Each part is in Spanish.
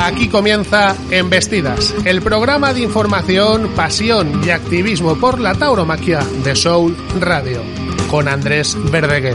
Aquí comienza Embestidas, el programa de información, pasión y activismo por la tauromaquia de Soul Radio, con Andrés Verdeguer.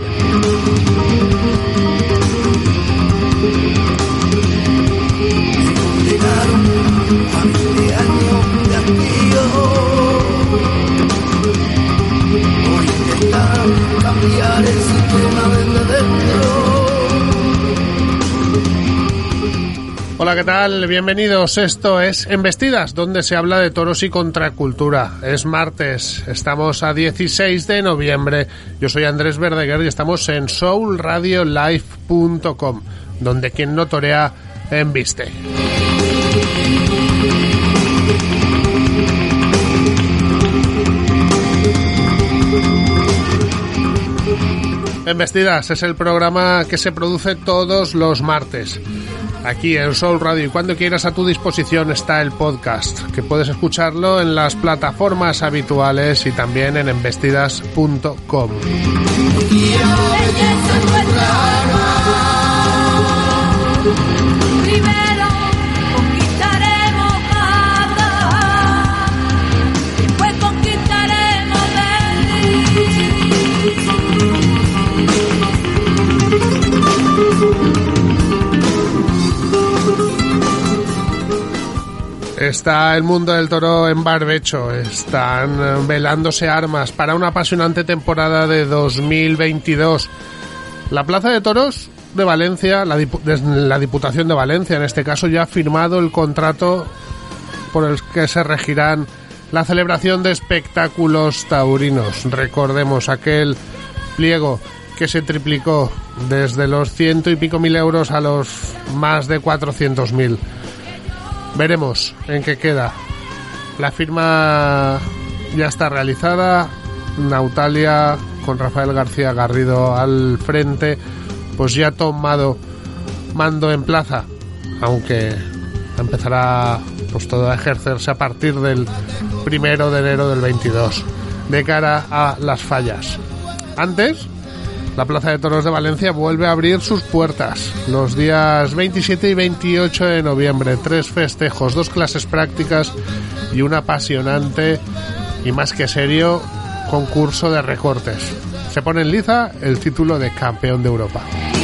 Hola, ¿qué tal? Bienvenidos. Esto es Embestidas, donde se habla de toros y contracultura. Es martes, estamos a 16 de noviembre. Yo soy Andrés Verdeguer y estamos en soulradiolive.com, donde quien no torea, embiste. Embestidas es el programa que se produce todos los martes aquí en Soul Radio, y cuando quieras a tu disposición está el podcast, que puedes escucharlo en las plataformas habituales y también en embestidas.com. Está el mundo del toro en barbecho, están velándose armas para una apasionante temporada de 2022. La Plaza de Toros de Valencia, la Diputación de Valencia en este caso, ya ha firmado el contrato por el que se regirán la celebración de espectáculos taurinos. Recordemos aquel pliego que se triplicó desde los 100 y pico mil euros a los más de 400.000. Veremos en qué queda. La firma ya está realizada. Nautalia, con Rafael García Garrido al frente, pues ya ha tomado mando en plaza, aunque empezará pues todo a ejercerse a partir del 1 de enero del 22, de cara a las fallas. Antes, la Plaza de Toros de Valencia vuelve a abrir sus puertas los días 27 y 28 de noviembre. 3 festejos, 2 clases prácticas y un apasionante y más que serio concurso de recortes. Se pone en liza el título de campeón de Europa.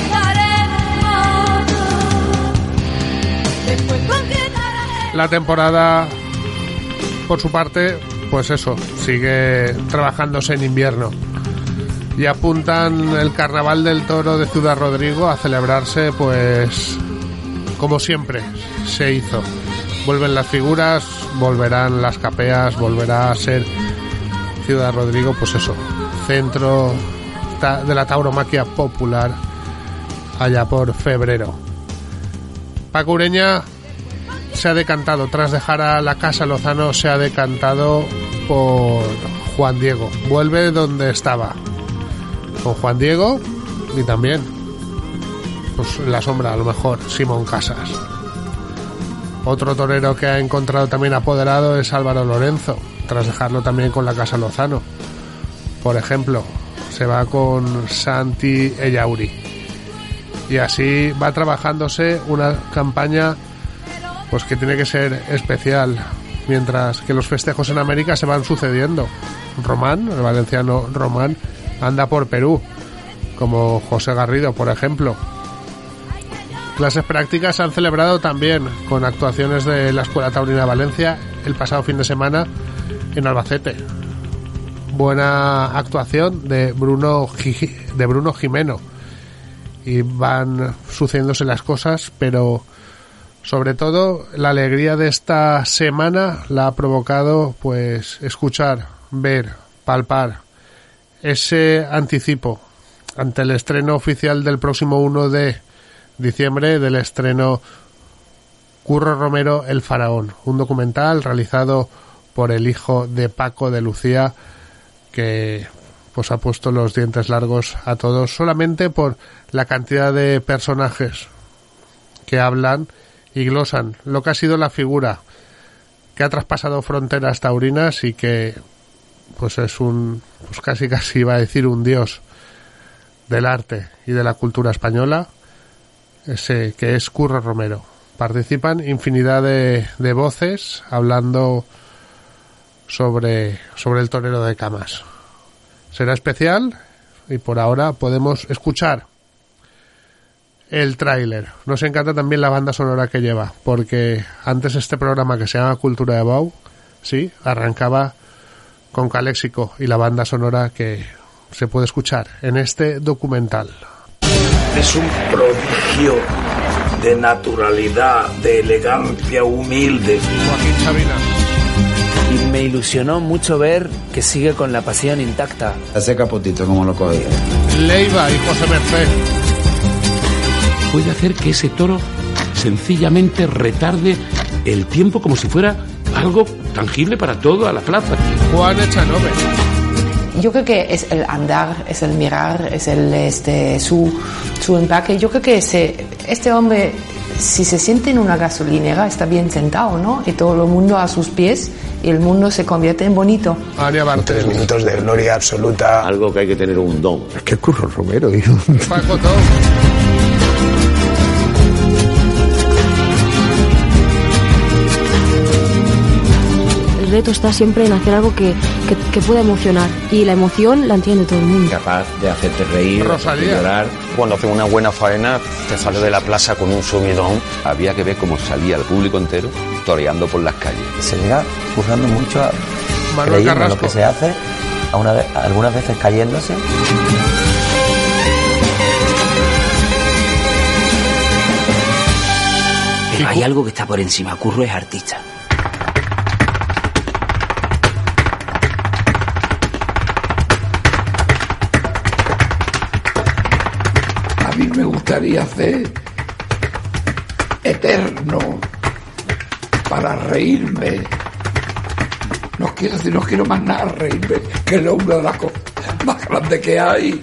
La temporada, por su parte, pues eso, sigue trabajándose en invierno. Y apuntan el Carnaval del Toro de Ciudad Rodrigo a celebrarse, pues como siempre se hizo. Vuelven las figuras, volverán las capeas, volverá a ser Ciudad Rodrigo, pues eso, centro de la tauromaquia popular allá por febrero. Paco Ureña se ha decantado, tras dejar a la Casa Lozano, se ha decantado por Juan Diego. Vuelve donde estaba, con Juan Diego, y también pues en la sombra a lo mejor Simón Casas. Otro torero que ha encontrado también apoderado es Álvaro Lorenzo, tras dejarlo también con la Casa Lozano. Por ejemplo, se va con Santi Ellauri, y así va trabajándose una campaña pues que tiene que ser especial, mientras que los festejos en América se van sucediendo. Román, el valenciano Román, anda por Perú, como José Garrido, por ejemplo. Clases prácticas se han celebrado también con actuaciones de la Escuela Taurina de Valencia el pasado fin de semana en Albacete. Buena actuación de Bruno Jimeno, y van sucediéndose las cosas, pero sobre todo la alegría de esta semana la ha provocado pues escuchar, ver, palpar ese anticipo ante el estreno oficial del próximo 1 de diciembre del estreno Curro Romero, El Faraón, un documental realizado por el hijo de Paco de Lucía, que pues ha puesto los dientes largos a todos solamente por la cantidad de personajes que hablan y glosan lo que ha sido la figura que ha traspasado fronteras taurinas y que pues es un, pues casi iba a decir un dios del arte y de la cultura española, ese que es Curro Romero. Participan infinidad de voces hablando sobre el torero de Camas. Será especial y por ahora podemos escuchar el tráiler. Nos encanta también la banda sonora que lleva, porque antes este programa que se llama Cultura de Bau, sí, arrancaba con Caléxico y la banda sonora que se puede escuchar en este documental. Es un prodigio de naturalidad, de elegancia humilde. Joaquín Sabina. Y me ilusionó mucho ver que sigue con la pasión intacta. Hace capotito como lo coge. Leiva y José Merced. Puede hacer que ese toro sencillamente retarde el tiempo como si fuera algo tangible para toda la plaza. Juan Echanove. Yo creo que es el andar, es el mirar, es su empaque. Yo creo que este hombre, si se siente en una gasolinera, está bien sentado, ¿no? Y todo el mundo a sus pies y el mundo se convierte en bonito. Ania Bartel. 3 minutos de gloria absoluta. Algo que hay que tener un don. Es que Curro Romero, digo. Paco Tom. El reto está siempre en hacer algo que pueda emocionar, y la emoción la entiende todo el mundo. Capaz de hacerte reír, Rosalía. de llorar. Cuando hace una buena faena, te sale de la plaza con un subidón. Había que ver cómo salía el público entero toreando por las calles. Se llega juzgando mucho a Manuel Carrasco. lo que se hace, algunas veces cayéndose. Pero hay algo que está por encima. Curro es artista. A mí me gustaría hacer eterno para reírme. No quiero más nada reírme, que es una de las cosas más grandes que hay.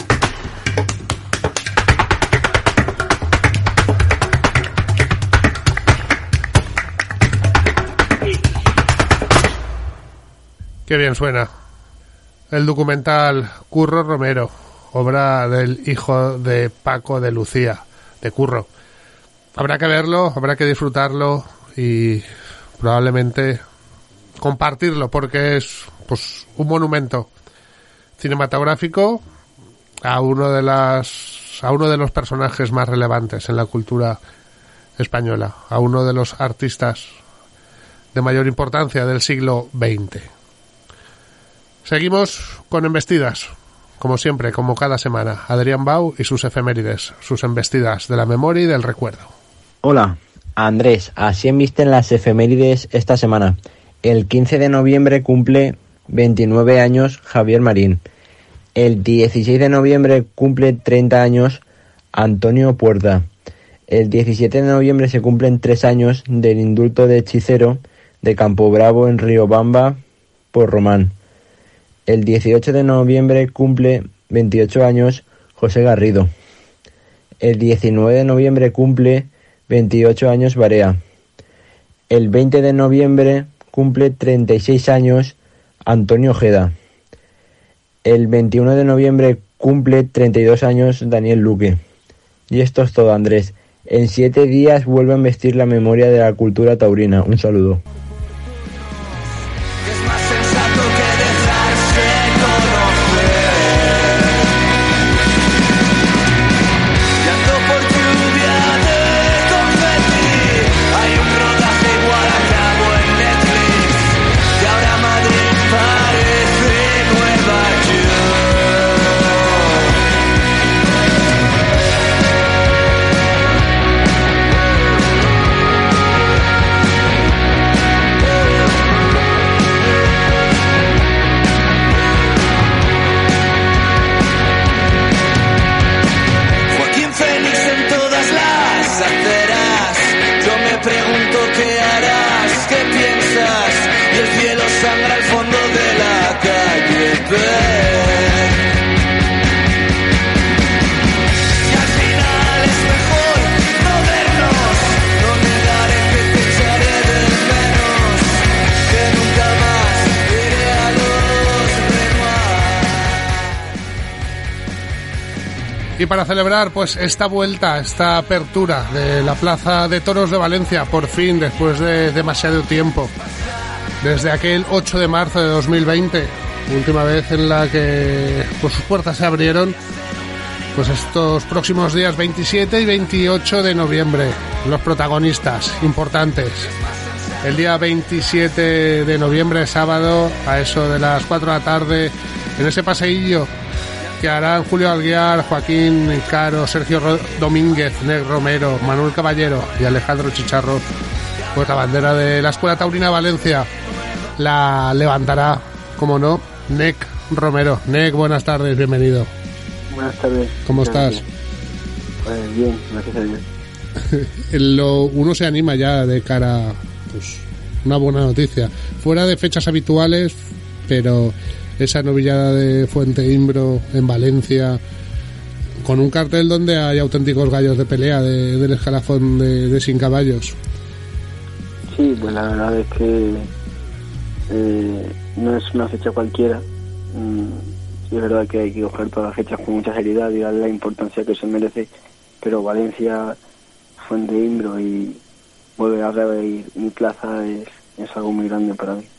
Qué bien suena. El documental Curro Romero, obra del hijo de Paco de Lucía, de Curro. Habrá que verlo, habrá que disfrutarlo y probablemente compartirlo, porque es pues un monumento cinematográfico a uno de los personajes más relevantes en la cultura española, a uno de los artistas de mayor importancia del siglo XX. Seguimos con embestidas, como siempre, como cada semana. Adrián Bau y sus efemérides, sus embestidas de la memoria y del recuerdo. Hola, Andrés, así embisten las efemérides esta semana. El 15 de noviembre cumple 29 años Javier Marín. El 16 de noviembre cumple 30 años Antonio Puerta. El 17 de noviembre se cumplen 3 años del indulto de hechicero de Campo Bravo en Riobamba por Román. El 18 de noviembre cumple 28 años José Garrido. El 19 de noviembre cumple 28 años Barea. El 20 de noviembre cumple 36 años Antonio Ojeda. El 21 de noviembre cumple 32 años Daniel Luque. Y esto es todo, Andrés. En 7 días vuelve a embestir la memoria de la cultura taurina. Un saludo. Y para celebrar pues esta vuelta, esta apertura de la Plaza de Toros de Valencia, por fin, después de demasiado tiempo, desde aquel 8 de marzo de 2020, última vez en la que pues sus puertas se abrieron, pues estos próximos días 27 y 28 de noviembre, los protagonistas importantes. El día 27 de noviembre, sábado, a eso de las 4 de la tarde, en ese paseillo que harán Julio Alguiar, Joaquín Caro, Sergio Domínguez, Nec Romero, Manuel Caballero y Alejandro Chicharro, pues la bandera de la Escuela Taurina Valencia la levantará, como no, Nec Romero. Nec, buenas tardes, bienvenido. Buenas tardes. ¿Cómo estás? Pues bien, gracias a Dios. Uno se anima ya de cara, pues, una buena noticia. Fuera de fechas habituales, pero esa novillada de Fuente Imbro en Valencia, con un cartel donde hay auténticos gallos de pelea del escalafón de 100 caballos. Sí, pues la verdad es que no es una fecha cualquiera. Sí, es verdad que hay que coger todas las fechas con mucha seriedad y darle la importancia que se merece, pero Valencia, Fuente Imbro y volver a reabrir mi plaza es algo muy grande para mí.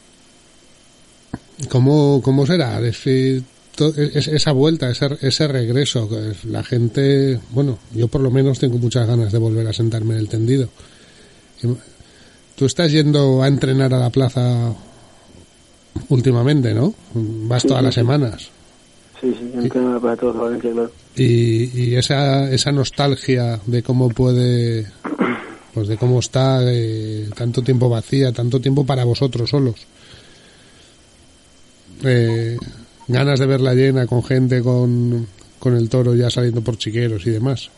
¿Cómo será esa vuelta, ese regreso? La gente, bueno, yo por lo menos tengo muchas ganas de volver a sentarme en el tendido. Tú estás yendo a entrenar a la plaza últimamente, ¿no? Vas todas las semanas. Sí, entreno a la plaza todos los Valencia, claro. Y esa nostalgia de cómo puede, pues de cómo está tanto tiempo vacía, tanto tiempo para vosotros solos. Ganas de verla llena con gente, con el toro ya saliendo por chiqueros y demás.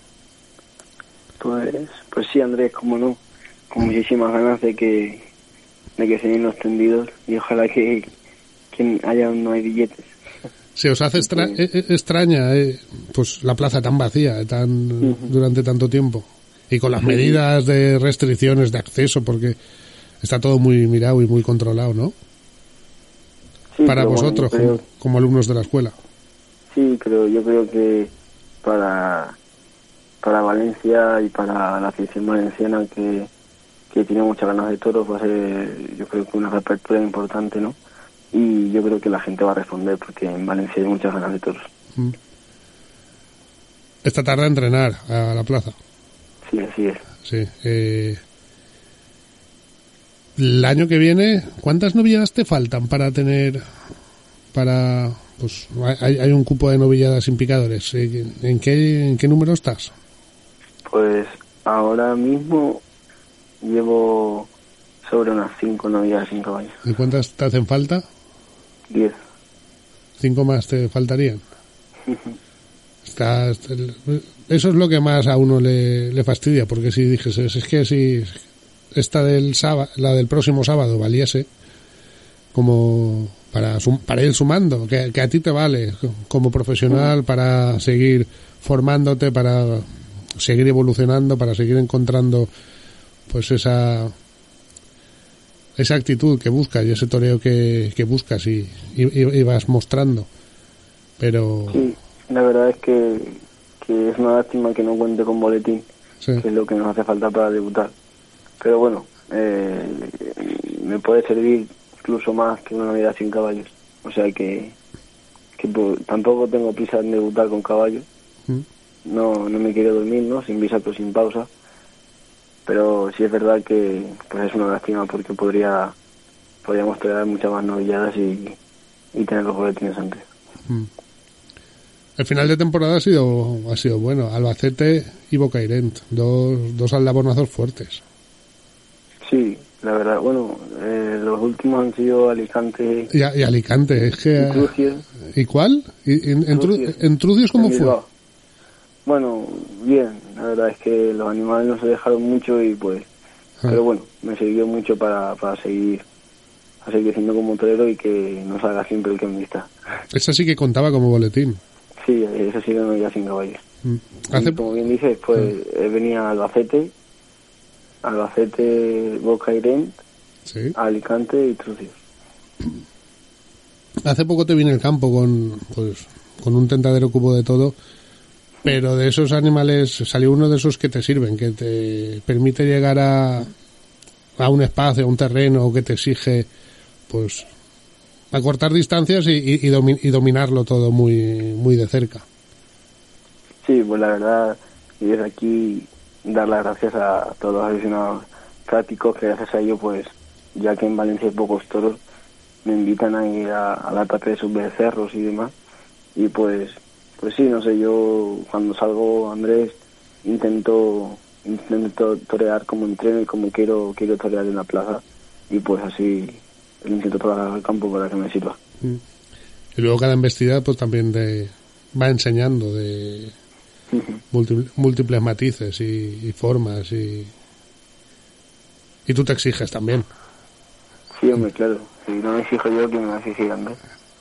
Pues sí, Andrés, cómo no, con muchísimas ganas de que se den los tendidos y ojalá que no hay billetes. Se os hace extraña pues la plaza tan vacía durante tanto tiempo y con las medidas de restricciones de acceso, porque está todo muy mirado y muy controlado, ¿no? Sí, para vosotros, bueno, como alumnos de la escuela. Sí, yo creo que para Valencia y para la afición valenciana que tiene muchas ganas de toros va a ser, yo creo que una reapertura importante, ¿no? Y yo creo que la gente va a responder porque en Valencia hay muchas ganas de toros. Esta tarde a entrenar a la plaza. Sí, así es. Sí. El año que viene, ¿cuántas novilladas te faltan para pues hay un cupo de novilladas sin picadores? ¿En qué número estás? Pues ahora mismo llevo sobre unas 5 novilladas sin caballos. ¿Y cuántas te hacen falta? 10. 5 más te faltarían. Eso es lo que más a uno le fastidia, porque si dijese, es que si esta la del próximo sábado valiese como para ir sumando, que a ti te vale como profesional para seguir formándote, para seguir evolucionando, para seguir encontrando pues esa actitud que buscas y ese toreo que buscas y vas mostrando. Pero sí, la verdad es que es una lástima que no cuente con boletín, sí, que es lo que nos hace falta para debutar. Pero bueno, me puede servir incluso más que una novedad sin caballos. O sea que tampoco tengo prisa en debutar con caballos. No me quiero dormir, ¿no? Sin visa pero sin pausa. Pero sí es verdad que pues es una lástima porque podríamos traer muchas más novilladas y tener los boletines antes. El final de temporada ha sido bueno. Albacete y Bocairent, dos aldabonazos fuertes. Sí, la verdad, bueno, los últimos han sido Alicante y Alicante, es que... Y Trucios. ¿Y cuál? ¿En Trucios cómo fue? Bueno, bien, la verdad es que los animales no se dejaron mucho y pues... Pero bueno, me sirvió mucho para seguir creciendo como torero y que no salga siempre el que me está. Esa sí que contaba como boletín. Sí, esa sí que no iba sin caballos. Y como bien dices, pues venía Albacete, Bocairent, sí, Alicante y Trucios. Hace poco te vi en el campo con un tentadero cubo de todo Pero de esos animales salió uno de esos que te sirven, que te permite llegar a un espacio, a un terreno que te exige, pues, acortar distancias y dominarlo todo muy de cerca. Sí, pues la verdad, y desde aquí dar las gracias a todos los aficionados prácticos, que gracias a ello, pues, ya que en Valencia hay pocos toros, me invitan a ir a la parte de sus becerros y demás, y pues sí, no sé, yo cuando salgo, Andrés, intento torear como entreno y como quiero torear en la plaza, y pues así intento torear al campo para que me sirva. Y luego cada embestida pues también te va enseñando de múltiples matices y formas, y tú te exiges también. Sí, hombre, claro, si no me exijo yo, ¿quién me va a exigir, Andrés?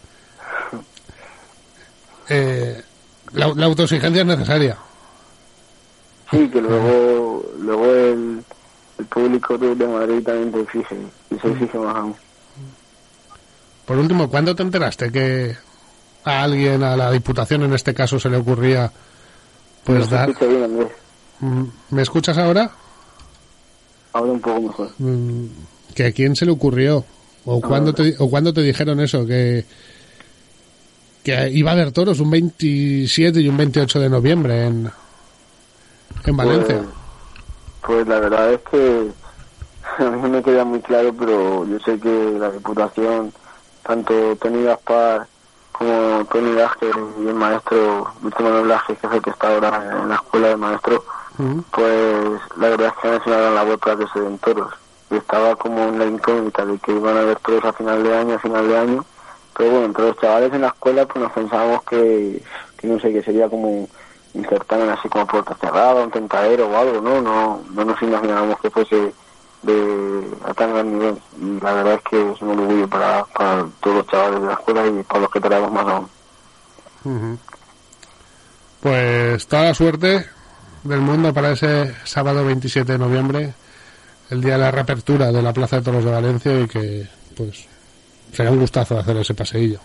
La autoexigencia es necesaria. Sí, que luego el público de Madrid también te exige, y se exige más aún. Por último, ¿cuándo te enteraste que a alguien, a la Diputación en este caso, se le ocurría pues no dar... Bien, Andrés. ¿Me escuchas ahora? Ahora un poco mejor. ¿Que a quién se le ocurrió? ¿O cuándo te dijeron eso? Que iba a haber toros un 27 y un 28 de noviembre en Valencia. Pues la verdad es que a mí no me queda muy claro, pero yo sé que la Diputación, tanto Tony Gaspar como Tony Vázquez y el maestro Víctor Manuel Vázquez, que es el que está ahora en la escuela de maestro, pues la verdad es que han enseñado la web para que se den toros. Y estaba como en la incógnita de que iban a haber toros a final de año. Pero bueno, entre los chavales en la escuela pues nos pensábamos que no sé, que sería como un certamen así como puerta cerrada, un tentadero o algo, no nos imaginábamos que fuese a tan gran nivel. Y la verdad es que es un orgullo para todos los chavales de la escuela y para los que traemos más aún. Pues toda la suerte del mundo para ese sábado 27 de noviembre, el día de la reapertura de la Plaza de Toros de Valencia, y que pues será un gustazo hacer ese paseillo.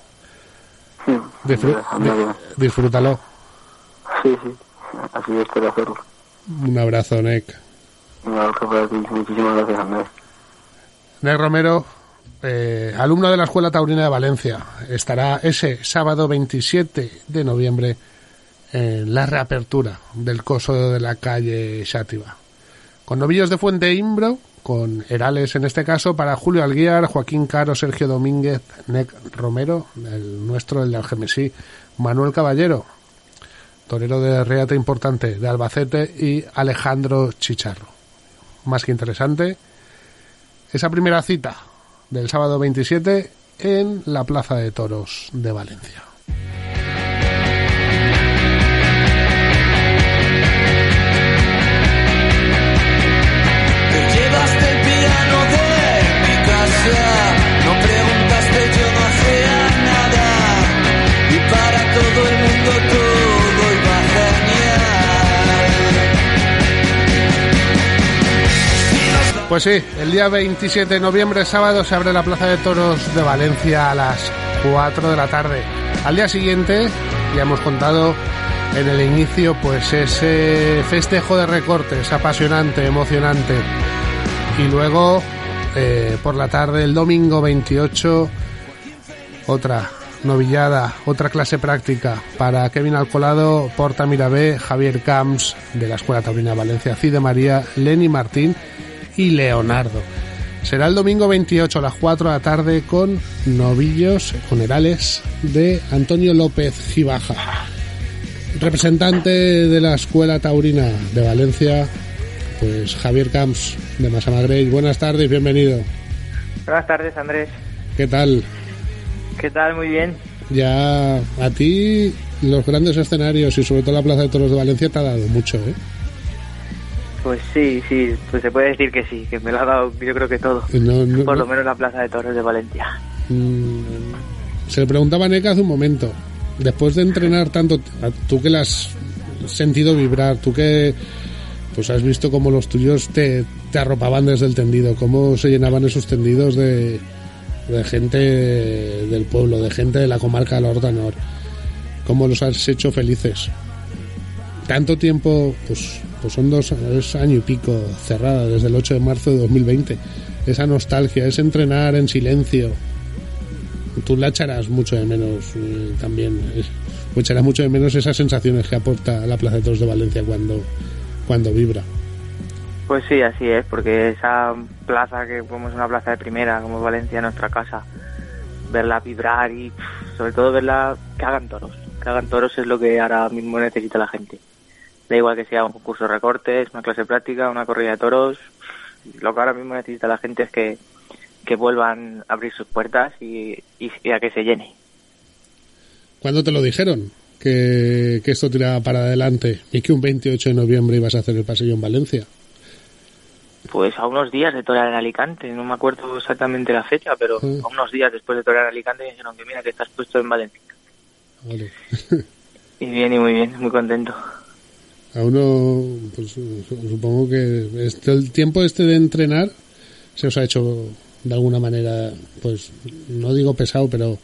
Disfrútalo. Sí, así espero hacerlo. Un abrazo, Nec. Un abrazo para ti, muchísimas gracias, Andrés. Nec Romero, alumno de la Escuela Taurina de Valencia, estará ese sábado 27 de noviembre en la reapertura del coso de la calle Xàtiva, con novillos de Fuente Imbro, con herales en este caso para Julio Alguiar, Joaquín Caro, Sergio Domínguez, Nec Romero, el de Algemesí, Manuel Caballero, torero de reata importante de Albacete, y Alejandro Chicharro. Más que interesante esa primera cita del sábado 27 en la Plaza de Toros de Valencia. No preguntaste, yo no hacía nada, y para todo el mundo todo iba genial. Pues sí, el día 27 de noviembre, sábado, se abre la Plaza de Toros de Valencia a las 4 de la tarde. Al día siguiente, ya hemos contado en el inicio, pues ese festejo de recortes apasionante, emocionante, y luego por la tarde, el domingo 28, otra novillada, otra clase práctica para Kevin Alcolado, Porta Mirabé, Javier Camps de la Escuela Taurina de Valencia, Cide María, Lenny Martín y Leonardo. Será el domingo 28 a las 4 de la tarde con novillos, con herales de Antonio López Gibaja, representante de la Escuela Taurina de Valencia, pues Javier Camps de Massamagrell. Buenas tardes, bienvenido. Buenas tardes, Andrés. ¿Qué tal? ¿Qué tal? Muy bien. Ya a ti los grandes escenarios y sobre todo la Plaza de Toros de Valencia te ha dado mucho, ¿eh? Pues sí, pues se puede decir que sí, que me lo ha dado yo creo que todo. Por lo menos la Plaza de Toros de Valencia. Se le preguntaba a Neca hace un momento, después de entrenar tanto, tú que la has sentido vibrar, tú que pues has visto cómo los tuyos te arropaban desde el tendido, cómo se llenaban esos tendidos de gente del pueblo, de gente de la comarca de la Horta Nor, cómo los has hecho felices. tanto tiempo, pues son 2 años y pico cerrada, desde el 8 de marzo de 2020. Esa nostalgia, ese entrenar en silencio, tú la echarás mucho de menos también, o echarás mucho de menos esas sensaciones que aporta la Plaza de Toros de Valencia cuando vibra. Pues sí, así es, porque esa plaza, que como es una plaza de primera, como es Valencia, nuestra casa, verla vibrar y sobre todo verla que hagan toros. Que hagan toros es lo que ahora mismo necesita la gente. Da igual que sea un concurso de recortes, una clase práctica, una corrida de toros. Lo que ahora mismo necesita la gente es que vuelvan a abrir sus puertas y a que se llene. ¿Cuándo te lo dijeron? Que esto tiraba para adelante y que un 28 de noviembre ibas a hacer el pasillo en Valencia. Pues a unos días de torear en Alicante, no me acuerdo exactamente la fecha, pero a unos días después de torear en Alicante me dijeron que mira, que estás puesto en Valencia. Vale. Y bien, y muy bien, muy contento. A uno, pues supongo que el tiempo de entrenar se os ha hecho de alguna manera, pues no digo pesado, pero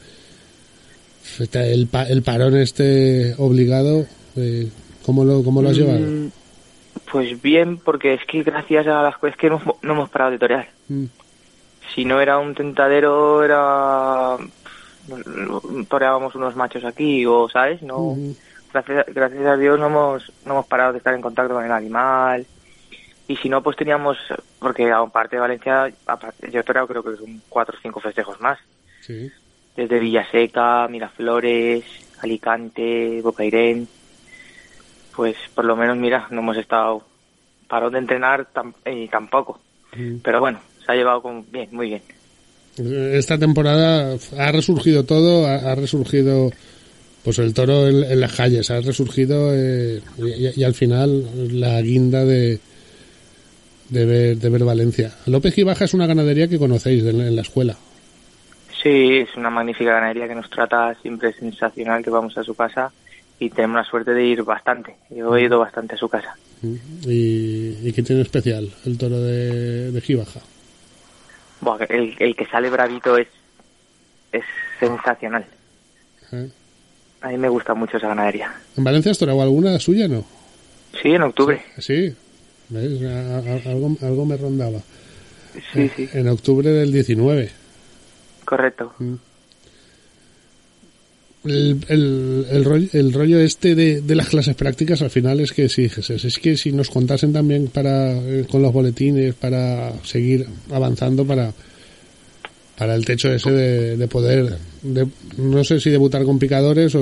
el parón obligado, ¿cómo lo has llevado? Pues bien, porque es que gracias a las cosas que no hemos parado de torear. Si no era un tentadero, toreábamos unos machos aquí, o ¿sabes? No. Gracias a Dios no hemos parado de estar en contacto con el animal. Y si no, pues teníamos, porque aparte de Valencia, yo he toreado creo que son 4 o 5 festejos más. Sí. Desde Villaseca, Miraflores, Alicante, Bocairén. Pues por lo menos, mira, no hemos estado parado de entrenar tampoco. Pero bueno, se ha llevado bien, muy bien. Esta temporada ha resurgido todo, ha resurgido pues el toro en las calles, ha resurgido y al final la guinda de ver Valencia. López y Baja es una ganadería que conocéis en la escuela. Sí, es una magnífica ganadería que nos trata siempre sensacional, que vamos a su casa y tenemos la suerte de ir bastante. Yo he ido bastante a su casa. ¿Y qué tiene especial el toro de Gibaja? Bueno, el que sale bravito es sensacional. A mí me gusta mucho esa ganadería. ¿En Valencia has toreado alguna suya, no? Sí, en octubre. Sí. ¿Ves? Algo me rondaba. Sí. En octubre del 19. Correcto. El rollo de las clases prácticas al final es que sí, Jesús, es que si nos contasen también con los boletines para seguir avanzando para el techo ese de poder, no sé si debutar con picadores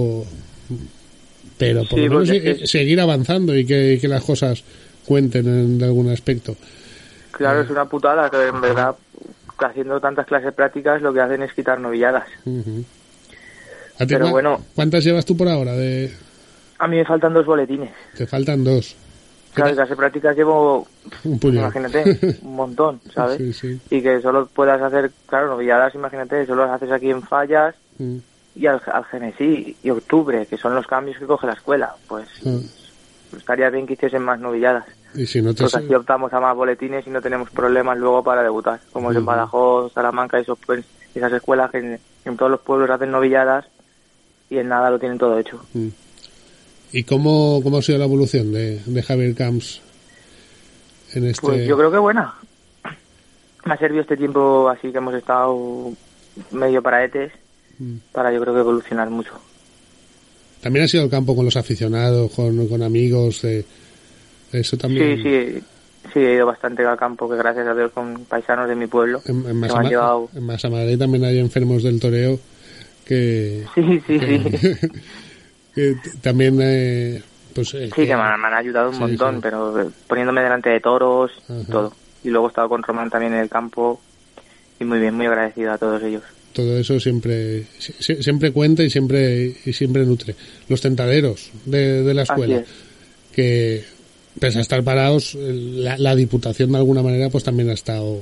pero por lo menos seguir avanzando y que las cosas cuenten en algún aspecto. Claro, es una putada que en verdad haciendo tantas clases prácticas lo que hacen es quitar novilladas. Pero bueno, ¿cuántas llevas tú por ahora? A mí me faltan 2 boletines. Te faltan 2. Claro, clases prácticas llevo, un puñado. Imagínate, un montón, ¿sabes? Sí. Y que solo puedas hacer, claro, novilladas, imagínate, solo las haces aquí en Fallas y al Genesí y Octubre, que son los cambios que coge la escuela. Pues estaría bien que hiciesen más novilladas. Y si no pues así optamos a más boletines y no tenemos problemas luego para debutar, como es en Badajoz, Salamanca, esas escuelas que en todos los pueblos hacen novilladas y en nada lo tienen todo hecho. ¿Y cómo ha sido la evolución de Javier Camps en este...? Pues yo creo que buena. Me ha servido este tiempo así que hemos estado medio paraetes para yo creo que evolucionar mucho. También ha sido el campo con los aficionados, con amigos, eso también... Sí, he ido bastante al campo, que gracias a Dios con paisanos de mi pueblo en Masamadrid también hay enfermos del toreo que... Sí. que también que me han ayudado un montón, pero poniéndome delante de toros, todo. Y luego he estado con Román también en el campo y muy bien, muy agradecido a todos ellos. Todo eso siempre cuenta y siempre nutre. Los tentaderos de la escuela, que pese a estar parados, la Diputación de alguna manera pues también ha estado...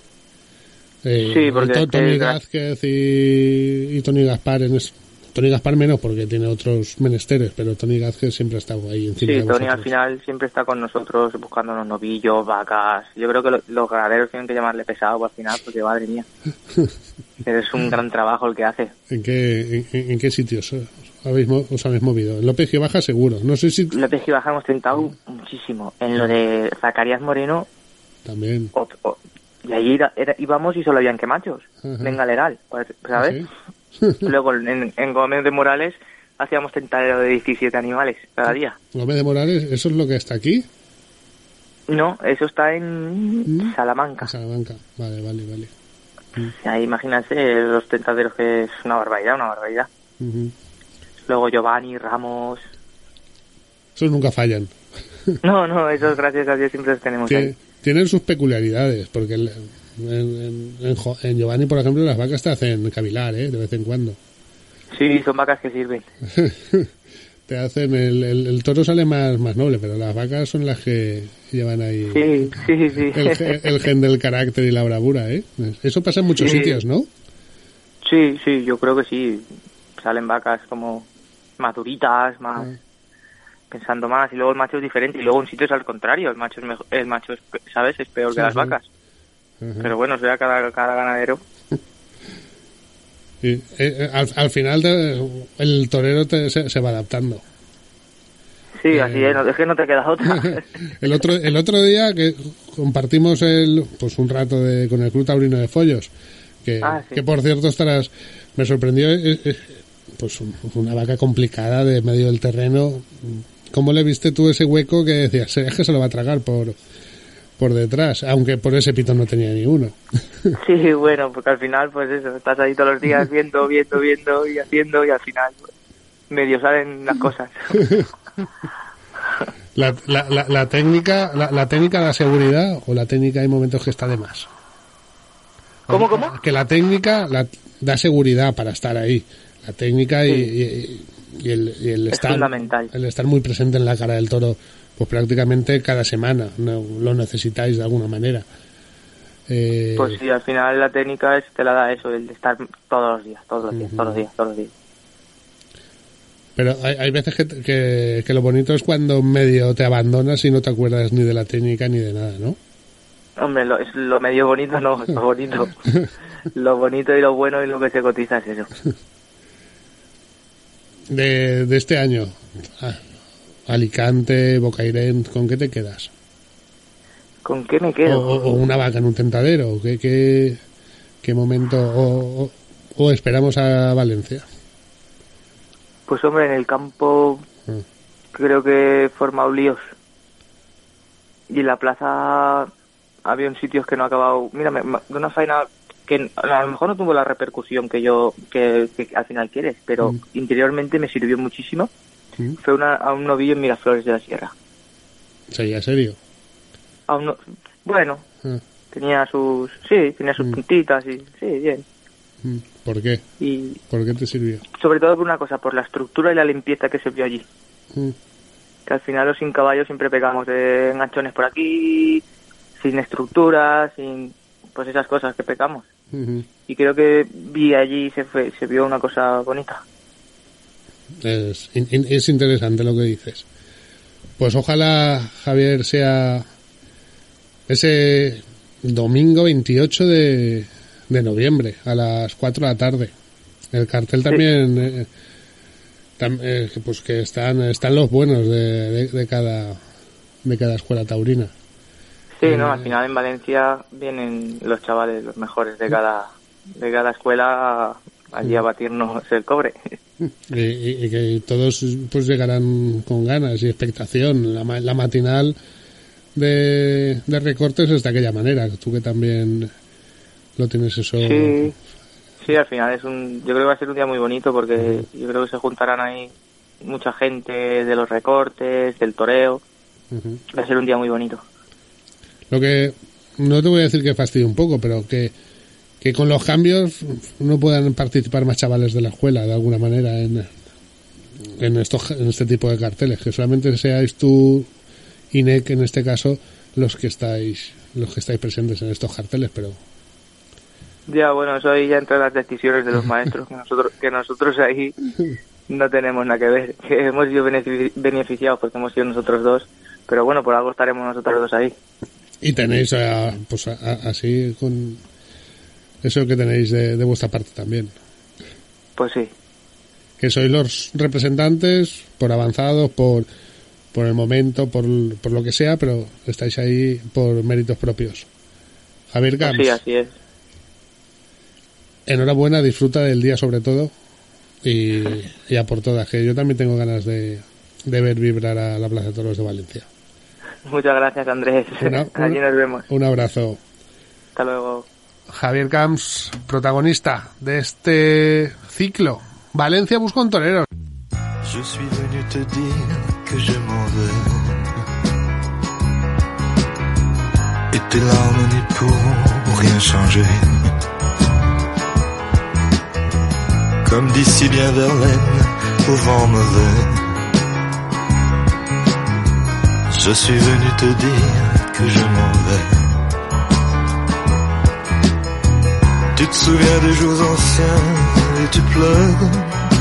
porque Tony Gázquez y Tony Gaspar Tony Gaspar menos porque tiene otros menesteres, pero Tony Gázquez siempre ha estado ahí encima de vosotros. Tony al final siempre está con nosotros buscándonos novillos, vacas. Yo creo que los ganaderos tienen que llamarle pesado al final porque madre mía. Es un gran trabajo el que hace. ¿En qué sitios os habéis movido? En López Gibaja seguro. No sé si... López Gibaja hemos tentado muchísimo. En lo de Zacarías Moreno... También. Y allí íbamos y solo habían que machos. Venga, Leral, ¿sabes? ¿Sí? Luego en Gómez de Morales hacíamos tentadero de 17 animales cada día. Gómez de Morales, ¿eso es lo que está aquí? No, eso está en Salamanca. Salamanca, vale. Ahí imagínense los tentaderos, que es una barbaridad. Luego Giovanni, Ramos... Esos nunca fallan. No, esos gracias a Dios siempre los tenemos ahí. Tienen sus peculiaridades, porque en Giovanni, por ejemplo, las vacas te hacen cavilar, de vez en cuando. Sí, son vacas que sirven. Te hacen... El toro sale más noble, pero las vacas son las que llevan ahí... Sí. El gen del carácter y la bravura, Eso pasa en muchos sitios, ¿no? Sí, yo creo que sí. Salen vacas como maduritas, más... pensando más, y luego el macho es diferente, y luego en sitios al contrario, el macho es ¿sabes? Es peor que las vacas. Pero bueno, sea cada ganadero. Y, al final el torero se va adaptando. Sí, así es que no te queda otra. el otro día que compartimos un rato con el Club Taurino de Follos, que por cierto me sorprendió, pues una vaca complicada de medio del terreno. ¿Cómo le viste tú ese hueco que decías, es que se lo va a tragar por detrás, aunque por ese pito no tenía ni uno? Sí, bueno, porque al final, pues eso, estás ahí todos los días viendo y haciendo, y al final pues, medio salen las cosas. La técnica da seguridad, o la técnica hay momentos que está de más. ¿Cómo? Que la técnica da seguridad para estar ahí. La técnica y el estar fundamental. El estar muy presente en la cara del toro, pues prácticamente cada semana lo necesitáis de alguna manera. Pues sí, al final la técnica te la da eso, el de estar todos los días. Pero hay veces que lo bonito es cuando medio te abandonas y no te acuerdas ni de la técnica ni de nada, ¿no? Hombre, lo medio bonito no, es lo bonito. Lo bonito y lo bueno y lo que se cotiza es eso. De este año, Alicante, Bocairent, ¿con qué te quedas? ¿Con qué me quedo? O una vaca en un tentadero, ¿qué momento? O esperamos a Valencia. Pues hombre, en el campo creo que he formado líos. Y en la plaza había en sitios que no ha acabado... Mira, de una faena que a lo mejor no tuvo la repercusión que al final quieres, pero interiormente me sirvió muchísimo. Fue a un novillo en Miraflores de la Sierra. ¿Sería serio? Bueno, tenía sus puntitas y sí, bien. ¿Por qué? ¿Por qué te sirvió? Sobre todo por una cosa, por la estructura y la limpieza que se vio allí. Que al final los sin caballos siempre pegamos de enganchones por aquí, sin estructura, sin pues esas cosas que pecamos. Y creo que vi allí se vio una cosa bonita. Es interesante lo que dices. Pues ojalá, Javier, sea ese domingo 28 de noviembre a las 4 de la tarde. El cartel también pues que están los buenos de cada escuela taurina. Sí, no, al final en Valencia vienen los chavales, los mejores de cada escuela allí a batirnos el cobre. Y que todos pues llegarán con ganas y expectación. La matinal de recortes es de aquella manera. Tú que también lo tienes eso. Sí, al final yo creo que va a ser un día muy bonito porque yo creo que se juntarán ahí mucha gente de los recortes, del toreo. Va a ser un día muy bonito. Lo que no te voy a decir que fastidie un poco, pero que con los cambios no puedan participar más chavales de la escuela de alguna manera en este tipo de carteles, que solamente seáis tú y NEC en este caso los que estáis presentes en estos carteles, pero ya bueno, eso ahí ya entra las decisiones de los maestros, que nosotros ahí no tenemos nada que ver, que hemos sido beneficiados porque hemos sido nosotros dos, pero bueno, por algo estaremos nosotros dos ahí. Y tenéis así con eso que tenéis de vuestra parte también. Pues sí. que sois los representantes, por avanzados, por el momento, por lo que sea, pero estáis ahí por méritos propios. Javier Camps. Sí, así es. Enhorabuena, disfruta del día sobre todo y a por todas, que yo también tengo ganas de ver vibrar a la Plaza de Toros de Valencia. Muchas gracias, Andrés. Allí nos vemos. Un abrazo. Hasta luego. Javier Camps, protagonista de este ciclo. Valencia busca un torero. Je suis venu te dire que je m'en vais. Et tes larmes n'y pourront rien changer. Comme dit si bien Verlaine, au vent mauvais. Je suis venu te dire que je m'en vais. Tu te souviens des jours anciens et tu pleures.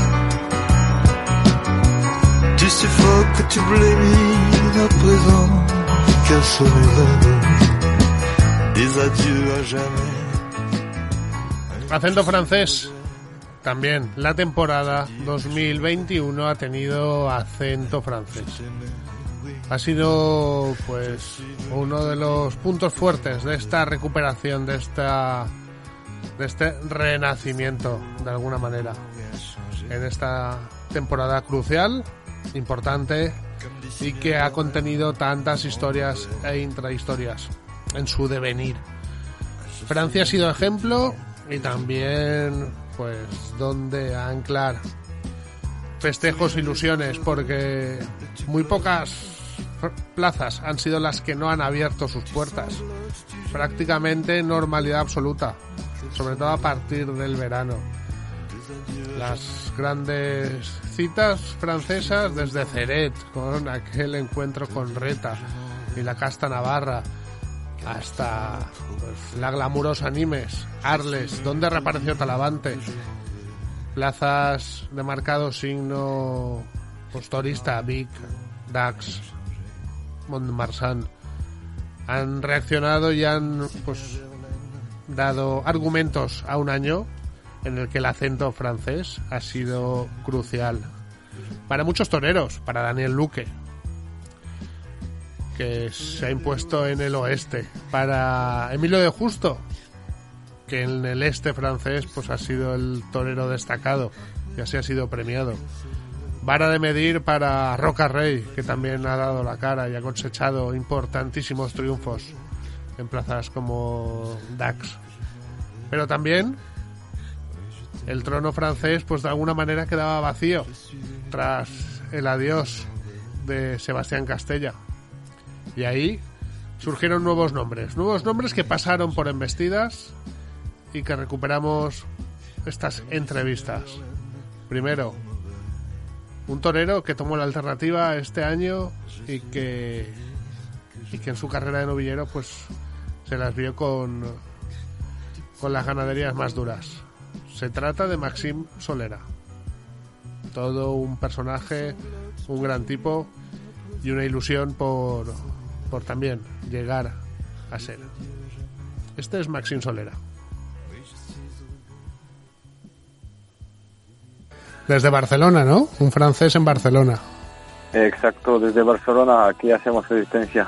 Tu suffoques, tu blémis à présent. Quelle sourire, des adieux à jamais. Acento francés. También la temporada 2021 ha tenido acento francés. Ha sido pues uno de los puntos fuertes de esta recuperación, de este renacimiento de alguna manera en esta temporada crucial, importante y que ha contenido tantas historias e intrahistorias en su devenir. Francia ha sido ejemplo y también pues donde anclar festejos, ilusiones, porque muy pocas plazas han sido las que no han abierto sus puertas. Prácticamente normalidad absoluta, sobre todo a partir del verano. Las grandes citas francesas desde Ceret, con aquel encuentro con Reta y la casta navarra, hasta pues, la glamurosa Nimes, Arles, donde reapareció Talavante, plazas de marcado signo postorista, Vic, Dax, Mont-de-Marsan, han reaccionado y han pues dado argumentos a un año en el que el acento francés ha sido crucial para muchos toreros, para Daniel Luque, que se ha impuesto en el oeste, para Emilio de Justo, que en el este francés pues ha sido el torero destacado y así ha sido premiado. Vara de medir para Roca Rey, que también ha dado la cara y ha cosechado importantísimos triunfos en plazas como Dax. Pero también el trono francés pues de alguna manera quedaba vacío tras el adiós de Sebastián Castella. Y ahí surgieron nuevos nombres que pasaron por embestidas y que recuperamos estas entrevistas. Primero, un torero que tomó la alternativa este año y que en su carrera de novillero pues se las vio con las ganaderías más duras. Se trata de Maxime Solera. Todo un personaje, un gran tipo y una ilusión por también llegar a ser. Este es Maxime Solera. Desde Barcelona, ¿no? Un francés en Barcelona. Exacto, desde Barcelona aquí hacemos resistencia.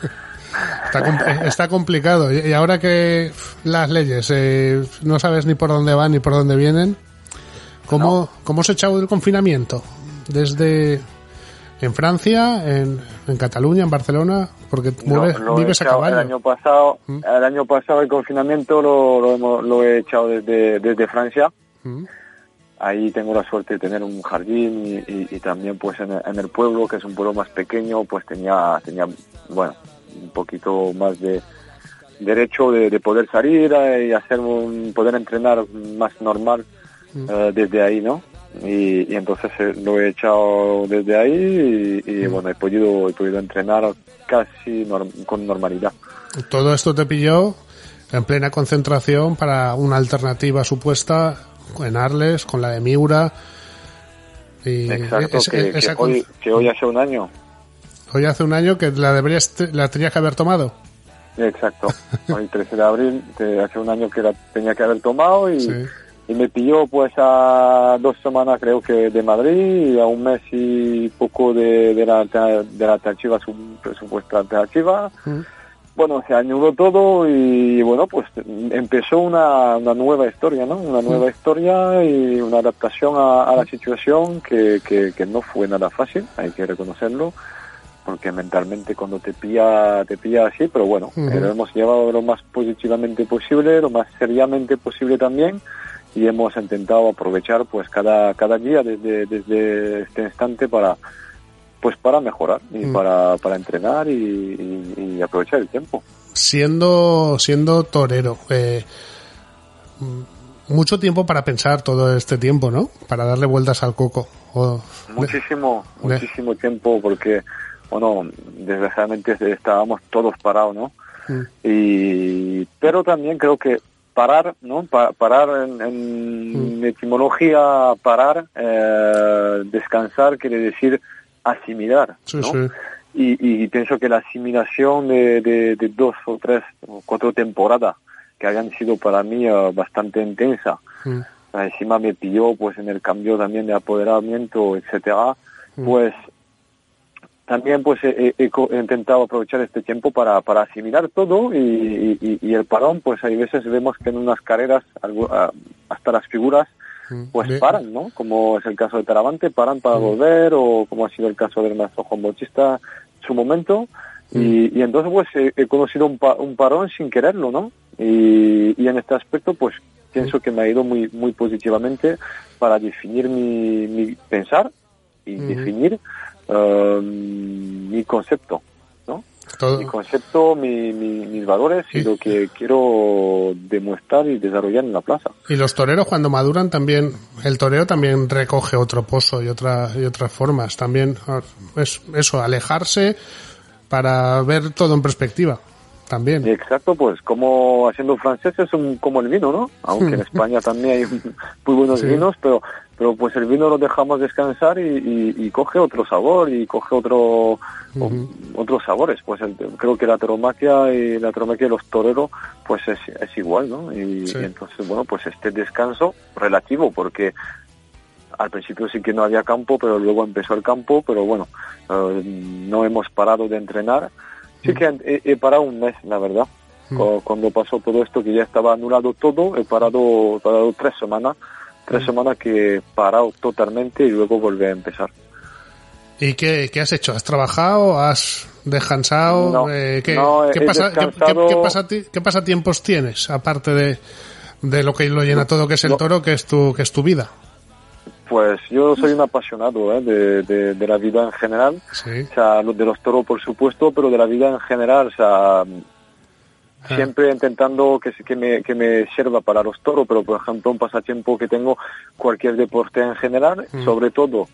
Está complicado. Y ahora que las leyes no sabes ni por dónde van ni por dónde vienen, ¿cómo se ha echado el confinamiento? Desde en Francia, en Cataluña, en Barcelona, porque vives a caballo. El año pasado el confinamiento lo he echado desde Francia. Ahí tengo la suerte de tener un jardín y también pues en el pueblo, que es un pueblo más pequeño, pues tenía bueno, un poquito más de derecho de poder salir y poder entrenar más normal desde ahí, ¿no? Y entonces lo he echado desde ahí y bueno, he podido entrenar casi con normalidad. Todo esto te pilló en plena concentración para una alternativa supuesta en Arles, con la de Miura. Exacto, que hoy hace un año. Hoy hace un año que la tenías que haber tomado. Exacto, hoy 13 de abril, hace un año que la tenía que haber tomado y Y me pilló pues a 2 semanas creo que de Madrid y a un mes y poco de la alternativa, supuesta alternativa. Bueno, se añadió todo y bueno, pues empezó una nueva historia, ¿no? Una nueva historia y una adaptación a la situación que no fue nada fácil, hay que reconocerlo, porque mentalmente cuando te pilla así, pero bueno, lo hemos llevado lo más positivamente posible, lo más seriamente posible también, y hemos intentado aprovechar pues cada día desde este instante para mejorar y para entrenar y aprovechar el tiempo. Siendo torero, mucho tiempo para pensar todo este tiempo, ¿no? Para darle vueltas al coco. Muchísimo tiempo, porque, bueno, desgraciadamente estábamos todos parados, ¿no? Pero también creo que parar, ¿no? Parar en etimología, parar, descansar quiere decir asimilar, ¿no? Sí. Y pienso que la asimilación de 2 o 3 o 4 temporadas que hayan sido para mí bastante intensa, encima me pilló pues en el cambio también de apoderamiento, etcétera, pues también pues he intentado aprovechar este tiempo para asimilar todo y el parón, pues hay veces vemos que en unas carreras hasta las figuras pues paran, ¿no? Como es el caso de Taravante, paran para volver, o como ha sido el caso del maestro Juan Bautista en su momento, y entonces pues he conocido un parón sin quererlo, ¿no? Y en este aspecto pues pienso que me ha ido muy muy positivamente para definir mi pensar y definir mi concepto, ¿no? Todo. Mi concepto, mis valores y lo que quiero demostrar y desarrollar en la plaza. Y los toreros cuando maduran también, el toreo también recoge otro pozo y otras formas. También es eso, alejarse para ver todo en perspectiva. También. Exacto, pues como haciendo francés es como el vino, ¿no? Aunque en España también hay muy buenos vinos, pero pues el vino lo dejamos descansar y coge otro sabor y coge otros sabores. Pues creo que la tauromaquia y los toreros pues es igual, ¿no? Y entonces, bueno, pues este descanso relativo, porque al principio sí que no había campo, pero luego empezó el campo, pero bueno, no hemos parado de entrenar. Sí que he parado un mes, la verdad. Cuando pasó todo esto, que ya estaba anulado todo, he parado 3 semanas. 3 semanas que he parado totalmente y luego volví a empezar. ¿Y qué has hecho? ¿Has trabajado? ¿Has descansado? ¿Qué pasatiempos tienes? Aparte de lo que lo llena todo, que es el toro, que es tu vida. Pues yo soy un apasionado de la vida en general, o sea, de los toros por supuesto, pero de la vida en general, o sea, siempre intentando que me sirva para los toros, pero por ejemplo un pasatiempo que tengo, cualquier deporte en general, sobre todo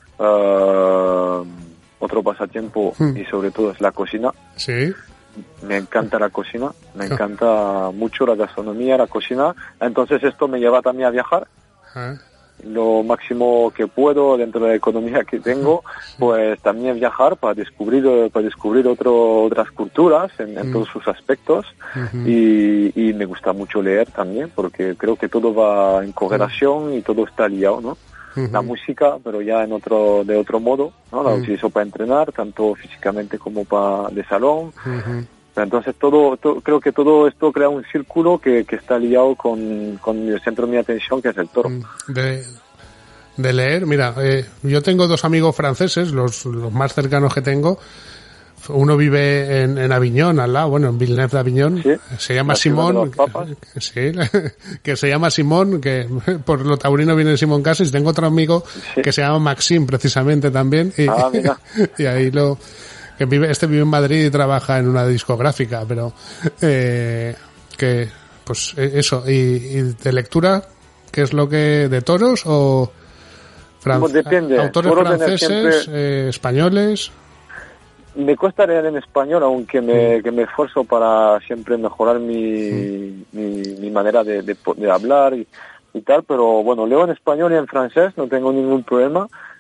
otro pasatiempo y sobre todo es la cocina. Sí. Me encanta la cocina, me encanta mucho la gastronomía, la cocina, entonces esto me lleva también a viajar. Lo máximo que puedo dentro de la economía que tengo, pues también viajar para descubrir otras culturas en todos sus aspectos, y me gusta mucho leer también, porque creo que todo va en correlación y todo está liado, ¿no? La música, pero ya de otro modo, ¿no? La utilizo para entrenar, tanto físicamente como de salón. Entonces creo que todo esto crea un círculo que está liado con el centro de mi atención, que es el toro. De leer, mira, yo tengo 2 amigos franceses, los más cercanos que tengo. Uno vive en Aviñón, al lado, en Villeneuve de Aviñón. ¿Sí? Se llama Simón. Que se llama Simón, que por lo taurino viene Simón Casas. Tengo otro amigo que se llama Maxim, precisamente también. Mira. Y ahí vive en Madrid y trabaja en una discográfica, pero que pues eso. Y de lectura, ¿qué es lo que de toros o depende. Autores franceses, españoles? Me cuesta leer en español, aunque me esfuerzo para siempre mejorar mi manera de hablar y tal, pero bueno, leo en español y en francés, no tengo ningún problema.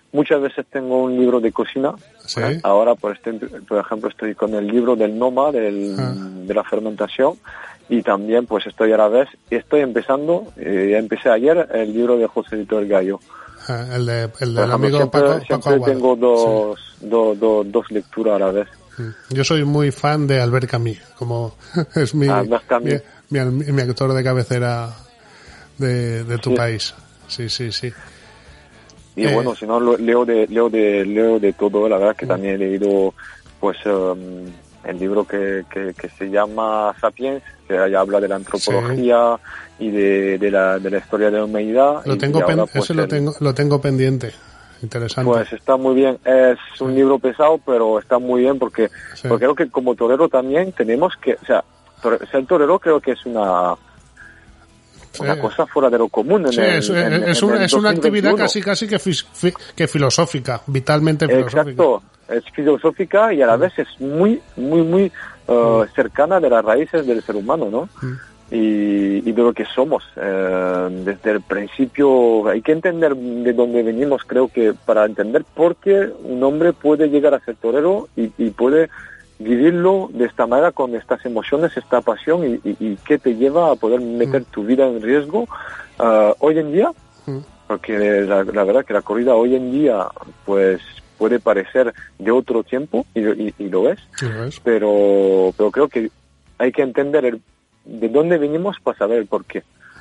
muchas veces tengo un libro de cocina. Sí. Ahora, por ejemplo, estoy con el libro del Noma, de la fermentación, y también pues estoy a la vez, estoy empezando, ya empecé ayer, el libro de José Lito del Gallo. El del amigo Paco siempre tengo dos lecturas a la vez. Yo soy muy fan de Albert Camus, como es mi autor de cabecera de tu país. Sí. Y bueno, si no, leo de todo, la verdad que también he leído pues el libro que se llama Sapiens, que ya habla de la antropología y de la historia de la humanidad. Lo tengo pendiente. Interesante. Pues está muy bien, es un libro pesado, pero está muy bien porque creo que como torero también tenemos que, o sea, ser torero creo que es una cosa fuera de lo común. Es una actividad casi que filosófica, vitalmente filosófica. Exacto, es filosófica y a la vez es muy cercana de las raíces del ser humano, ¿no? Y de lo que somos. Desde el principio hay que entender de dónde venimos, creo que para entender por qué un hombre puede llegar a ser torero y puede vivirlo de esta manera, con estas emociones, esta pasión y qué te lleva a poder meter tu vida en riesgo hoy en día, porque la verdad que la corrida hoy en día pues puede parecer de otro tiempo y lo es, pero creo que hay que entender de dónde venimos para saber el por qué.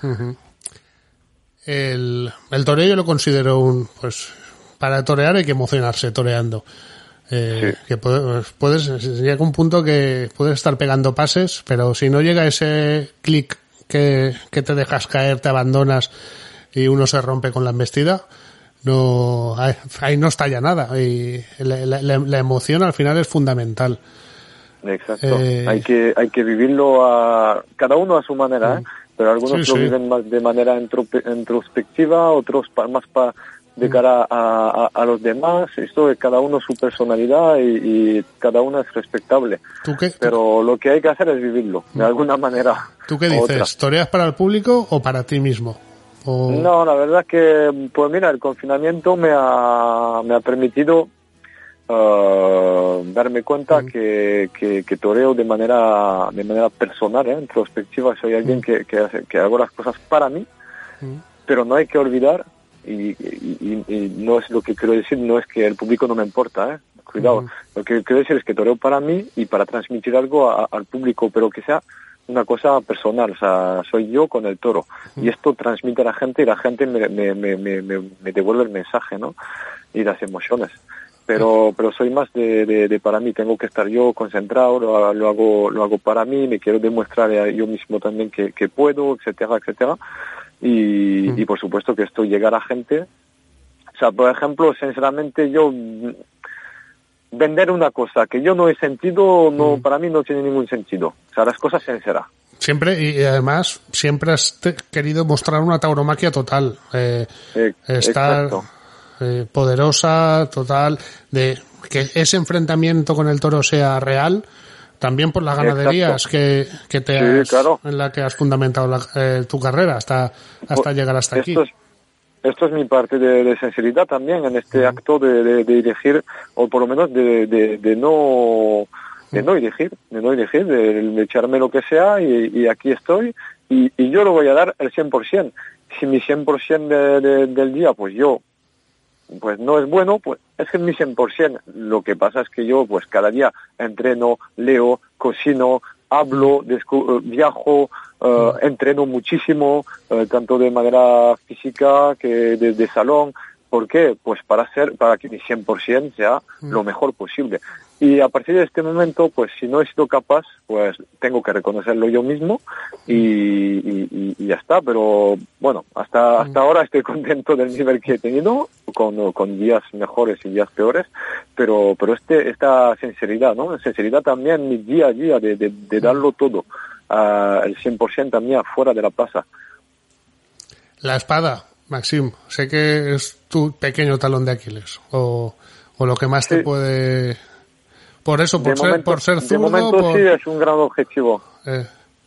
El toreo yo lo considero para torear hay que emocionarse toreando. Que llega un punto que puedes estar pegando pases, pero si no llega ese clic que te dejas caer, te abandonas y uno se rompe con la embestida, ahí no estalla nada, y la emoción al final es fundamental. Exacto, hay que vivirlo cada uno a su manera, pero algunos lo viven más de manera introspectiva, otros más de cara a los demás. Esto de cada uno su personalidad y cada uno es respetable. Pero lo que hay que hacer es vivirlo, de alguna manera. ¿Tú qué dices? ¿Toreas para el público o para ti mismo? No, la verdad que, pues mira, el confinamiento me ha permitido darme cuenta que toreo de manera personal, introspectiva. Soy alguien que hago las cosas para mí, pero no hay que olvidar, y no es lo que quiero decir, no es que el público no me importa, cuidado, lo que quiero decir es que toreo para mí y para transmitir algo al público, pero que sea una cosa personal, o sea, soy yo con el toro, y esto transmite a la gente y la gente me devuelve el mensaje, ¿no? Y las emociones. Pero soy más de para mí, tengo que estar yo concentrado, lo hago para mí, me quiero demostrar yo mismo también que puedo, etcétera, y por supuesto que esto llega a la gente. O sea, por ejemplo, sinceramente yo vender una cosa que yo no he sentido, para mí no tiene ningún sentido. O sea, las cosas sinceras. Siempre, y además siempre has querido mostrar una tauromaquia total, estar poderosa, total, de que ese enfrentamiento con el toro sea real, también por las ganaderías que en la que has fundamentado tu carrera hasta llegar hasta aquí. Esto es mi parte de sinceridad también en este acto de elegir, o por lo menos de no elegir, de echarme lo que sea y aquí estoy y yo lo voy a dar el 100%. Si mi 100% del día, pues yo pues no es bueno, pues es que mi 100%. Lo que pasa es que yo pues cada día entreno, leo, cocino, hablo, viajo, entreno muchísimo, tanto de manera física que de salón. ¿Por qué? Pues para que mi 100% sea lo mejor posible. Y a partir de este momento, pues si no he sido capaz, pues tengo que reconocerlo yo mismo y ya está. Pero bueno, hasta ahora estoy contento del nivel que he tenido, con días mejores y días peores, pero esta sinceridad, ¿no? Sinceridad también mi día a día de darlo todo, el 100% también afuera de la plaza. La espada, Maxim, sé que es tu pequeño talón de Aquiles, o lo que más te puede... Por eso, por ser zurdo... De momento sí, es un gran objetivo.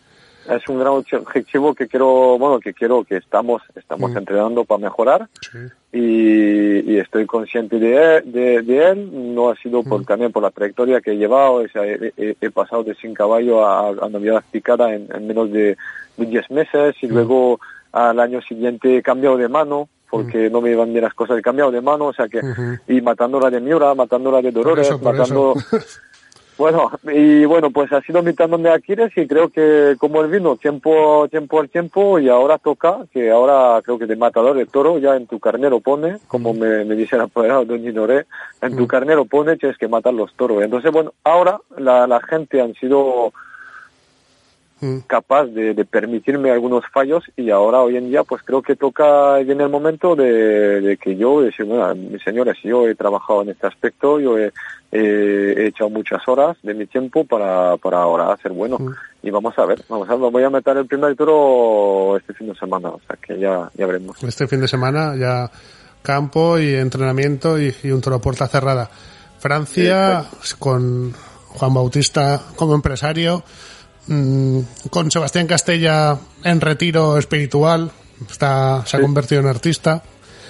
es un gran objetivo que estamos entrenando para mejorar. Sí. Y estoy consciente de él. No ha sido también por la trayectoria que he llevado. O sea, he pasado de 100 caballos a novedad picada en menos de 10 meses, y luego al año siguiente he cambiado de mano porque no me iban bien las cosas, he cambiado de mano, o sea que y matándola de Miura, matándola de Dolores, matando Bueno, pues ha sido mitándome a Aquiles, y creo que como el vino, tiempo al tiempo, y ahora toca, que ahora creo que de matador de toro, ya en tu carnero pone, como me dice el apoderado Don Ginoré, en tu carnero pone, tienes que matar los toros. Entonces, bueno, ahora la gente han sido capaz de permitirme algunos fallos, y ahora hoy en día pues creo que toca, viene el momento de que yo decir, bueno, mis señores, yo he trabajado en este aspecto, yo he echado muchas horas de mi tiempo para ahora hacer bueno, y vamos a ver, voy a meter el primer toro este fin de semana, o sea que ya veremos. Este fin de semana ya campo y entrenamiento y un toro puerta cerrada. Francia, con Juan Bautista como empresario, con Sebastián Castella en retiro espiritual, se ha convertido en artista.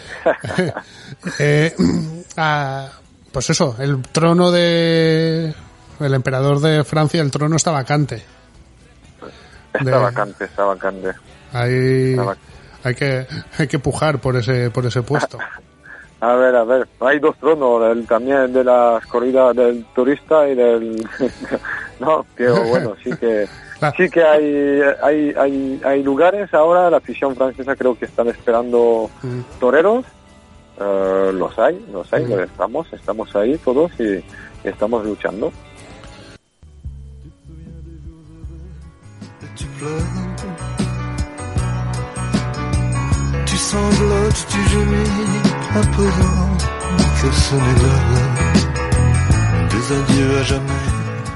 Pues eso, el trono el emperador de Francia, el trono está vacante. Está vacante. Hay que pujar por ese puesto. A ver, hay dos tronos, también de las corridas del turista y del no, pero bueno, sí que hay lugares ahora. La afición francesa creo que están esperando toreros, los hay, estamos ahí todos y estamos luchando. Tu sanglotes, tu gémis, à présent que ce n'est l'heure des adieux à jamais.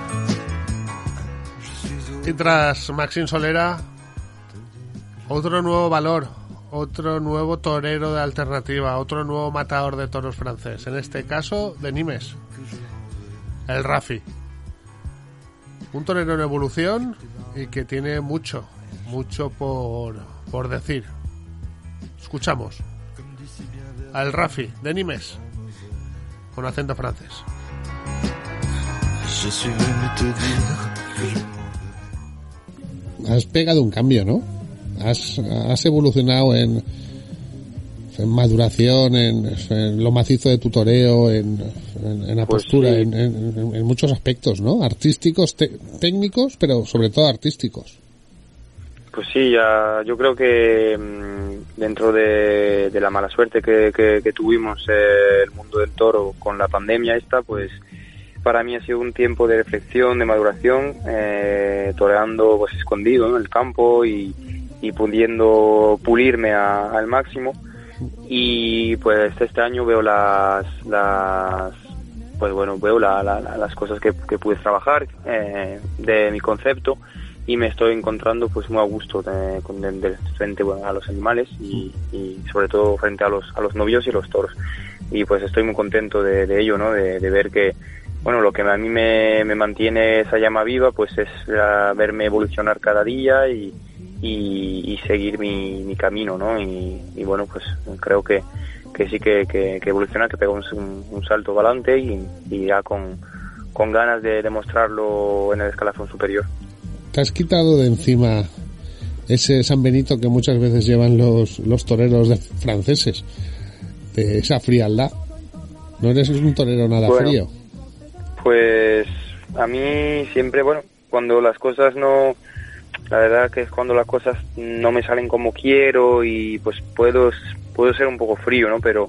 Y tras Maxime Solera, otro nuevo valor, otro nuevo torero de alternativa, otro nuevo matador de toros francés, en este caso de Nimes, el Rafi. Un torero en evolución y que tiene mucho por decir. Escuchamos al Rafi de Nimes con acento francés. Has pegado un cambio, ¿no? Has evolucionado en maduración, en lo macizo de tu toreo, en la postura, sí. en muchos aspectos, ¿no? Artísticos, técnicos, pero sobre todo artísticos. Pues sí, yo creo que dentro de la mala suerte que tuvimos el mundo del toro con la pandemia pues para mí ha sido un tiempo de reflexión, de maduración, toreando pues escondido, ¿no?, en el campo y pudiendo pulirme al máximo. Y pues este año veo las cosas que pude trabajar de mi concepto, y me estoy encontrando pues muy a gusto frente a los animales y sobre todo frente a los novios y los toros, y pues estoy muy contento de ello, ¿no? De ver que lo que a mí me mantiene esa llama viva pues es verme evolucionar cada día y seguir mi camino, ¿no? Y bueno, pues creo que sí que evoluciona, que pega un salto adelante y ya con ganas de demostrarlo en el escalafón superior. ¿Te has quitado de encima ese San Benito que muchas veces llevan los toreros franceses, de esa frialdad? ¿No eres un torero nada frío? Pues a mí siempre, cuando las cosas no... La verdad que es cuando las cosas no me salen como quiero y pues puedo ser un poco frío, ¿no? Pero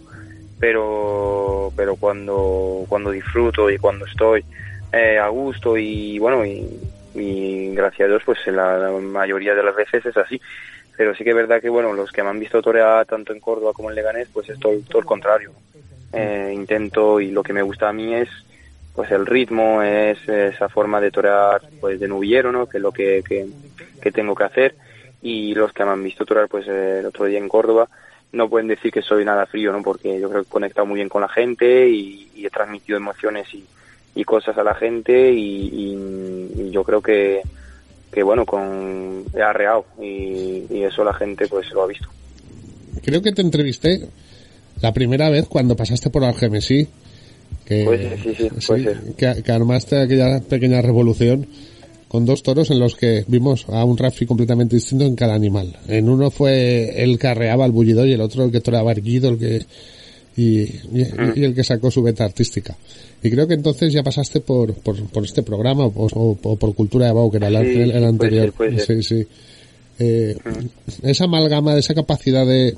cuando disfruto y cuando estoy a gusto y gracias a Dios pues la mayoría de las veces es así. Pero sí que es verdad que los que me han visto torear tanto en Córdoba como en Leganés pues es todo el contrario. Intento, y lo que me gusta a mí es pues el ritmo, es esa forma de torear pues de novillero, ¿no? Que es lo que tengo que hacer. Y los que me han visto torear pues el otro día en Córdoba no pueden decir que soy nada frío, ¿no? Porque yo creo que he conectado muy bien con la gente y he transmitido emociones y cosas a la gente y yo creo que bueno, he arreado y eso la gente pues lo ha visto. Creo que te entrevisté la primera vez cuando pasaste por Algemesí, que, sí, puede ser. Que armaste aquella pequeña revolución con 2 toros en los que vimos a un Rafi completamente distinto en cada animal. En uno fue el que arreaba al bullidor y el otro el que toreaba erguido, el que y el que sacó su beta artística. Y creo que entonces ya pasaste por este programa o por Cultura de Bau, que era el anterior. Puede ser. Sí. Esa amalgama, de esa capacidad de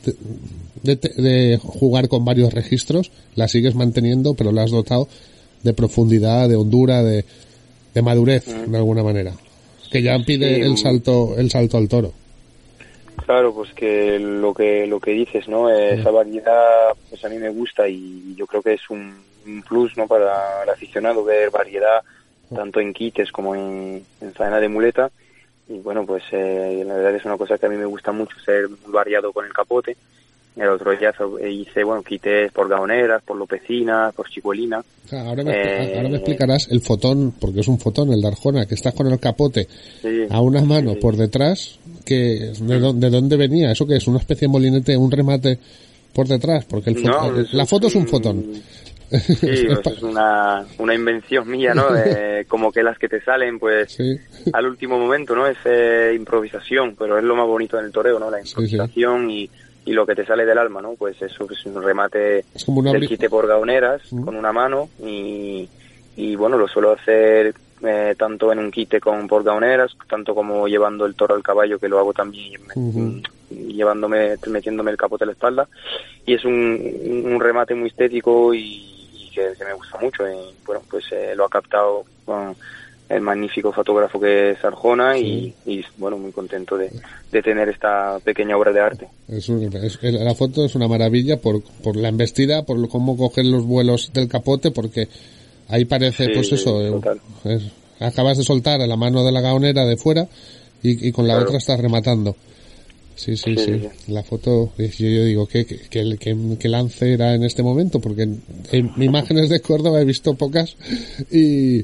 jugar con varios registros, la sigues manteniendo, pero la has dotado de profundidad, de hondura, de madurez, de alguna manera, que ya pide el salto al toro. Claro, pues que lo que dices, ¿no? Esa variedad, pues a mí me gusta y yo creo que es un plus, ¿no? Para el aficionado ver variedad tanto en quites como en faena de muleta. Y bueno, pues la verdad es una cosa que a mí me gusta mucho, ser muy variado con el capote. El otro día hice, quites por gaoneras, por lopecinas, por chicuelinas. Ahora me explicarás el fotón, porque es un fotón, el de Arjona, que estás con el capote a una mano por detrás, que ¿de dónde venía? ¿Eso que es? ¿Una especie de molinete, un remate por detrás? Porque la foto es un fotón. Sí, pues es una invención mía, ¿no? Como que las que te salen, pues, al último momento, ¿no? Es improvisación, pero es lo más bonito en el toreo, ¿no? La improvisación y lo que te sale del alma, ¿no? Pues eso es un remate del quite por gaoneras con una mano y bueno, lo suelo hacer tanto en un quite por gaoneras, tanto como llevando el toro al caballo, que lo hago también metiéndome el capote a la espalda, y es un remate muy estético y que me gusta mucho, y bueno, pues lo ha captado con el magnífico fotógrafo que es Arjona y bueno, muy contento de tener esta pequeña obra de arte. La foto es una maravilla por la embestida, por cómo cogen los vuelos del capote, porque ahí parece, pues eso, acabas de soltar a la mano de la gaonera de fuera y con la otra estás rematando. Sí. La foto, yo digo que lance era en este momento, porque en imágenes de Córdoba he visto pocas y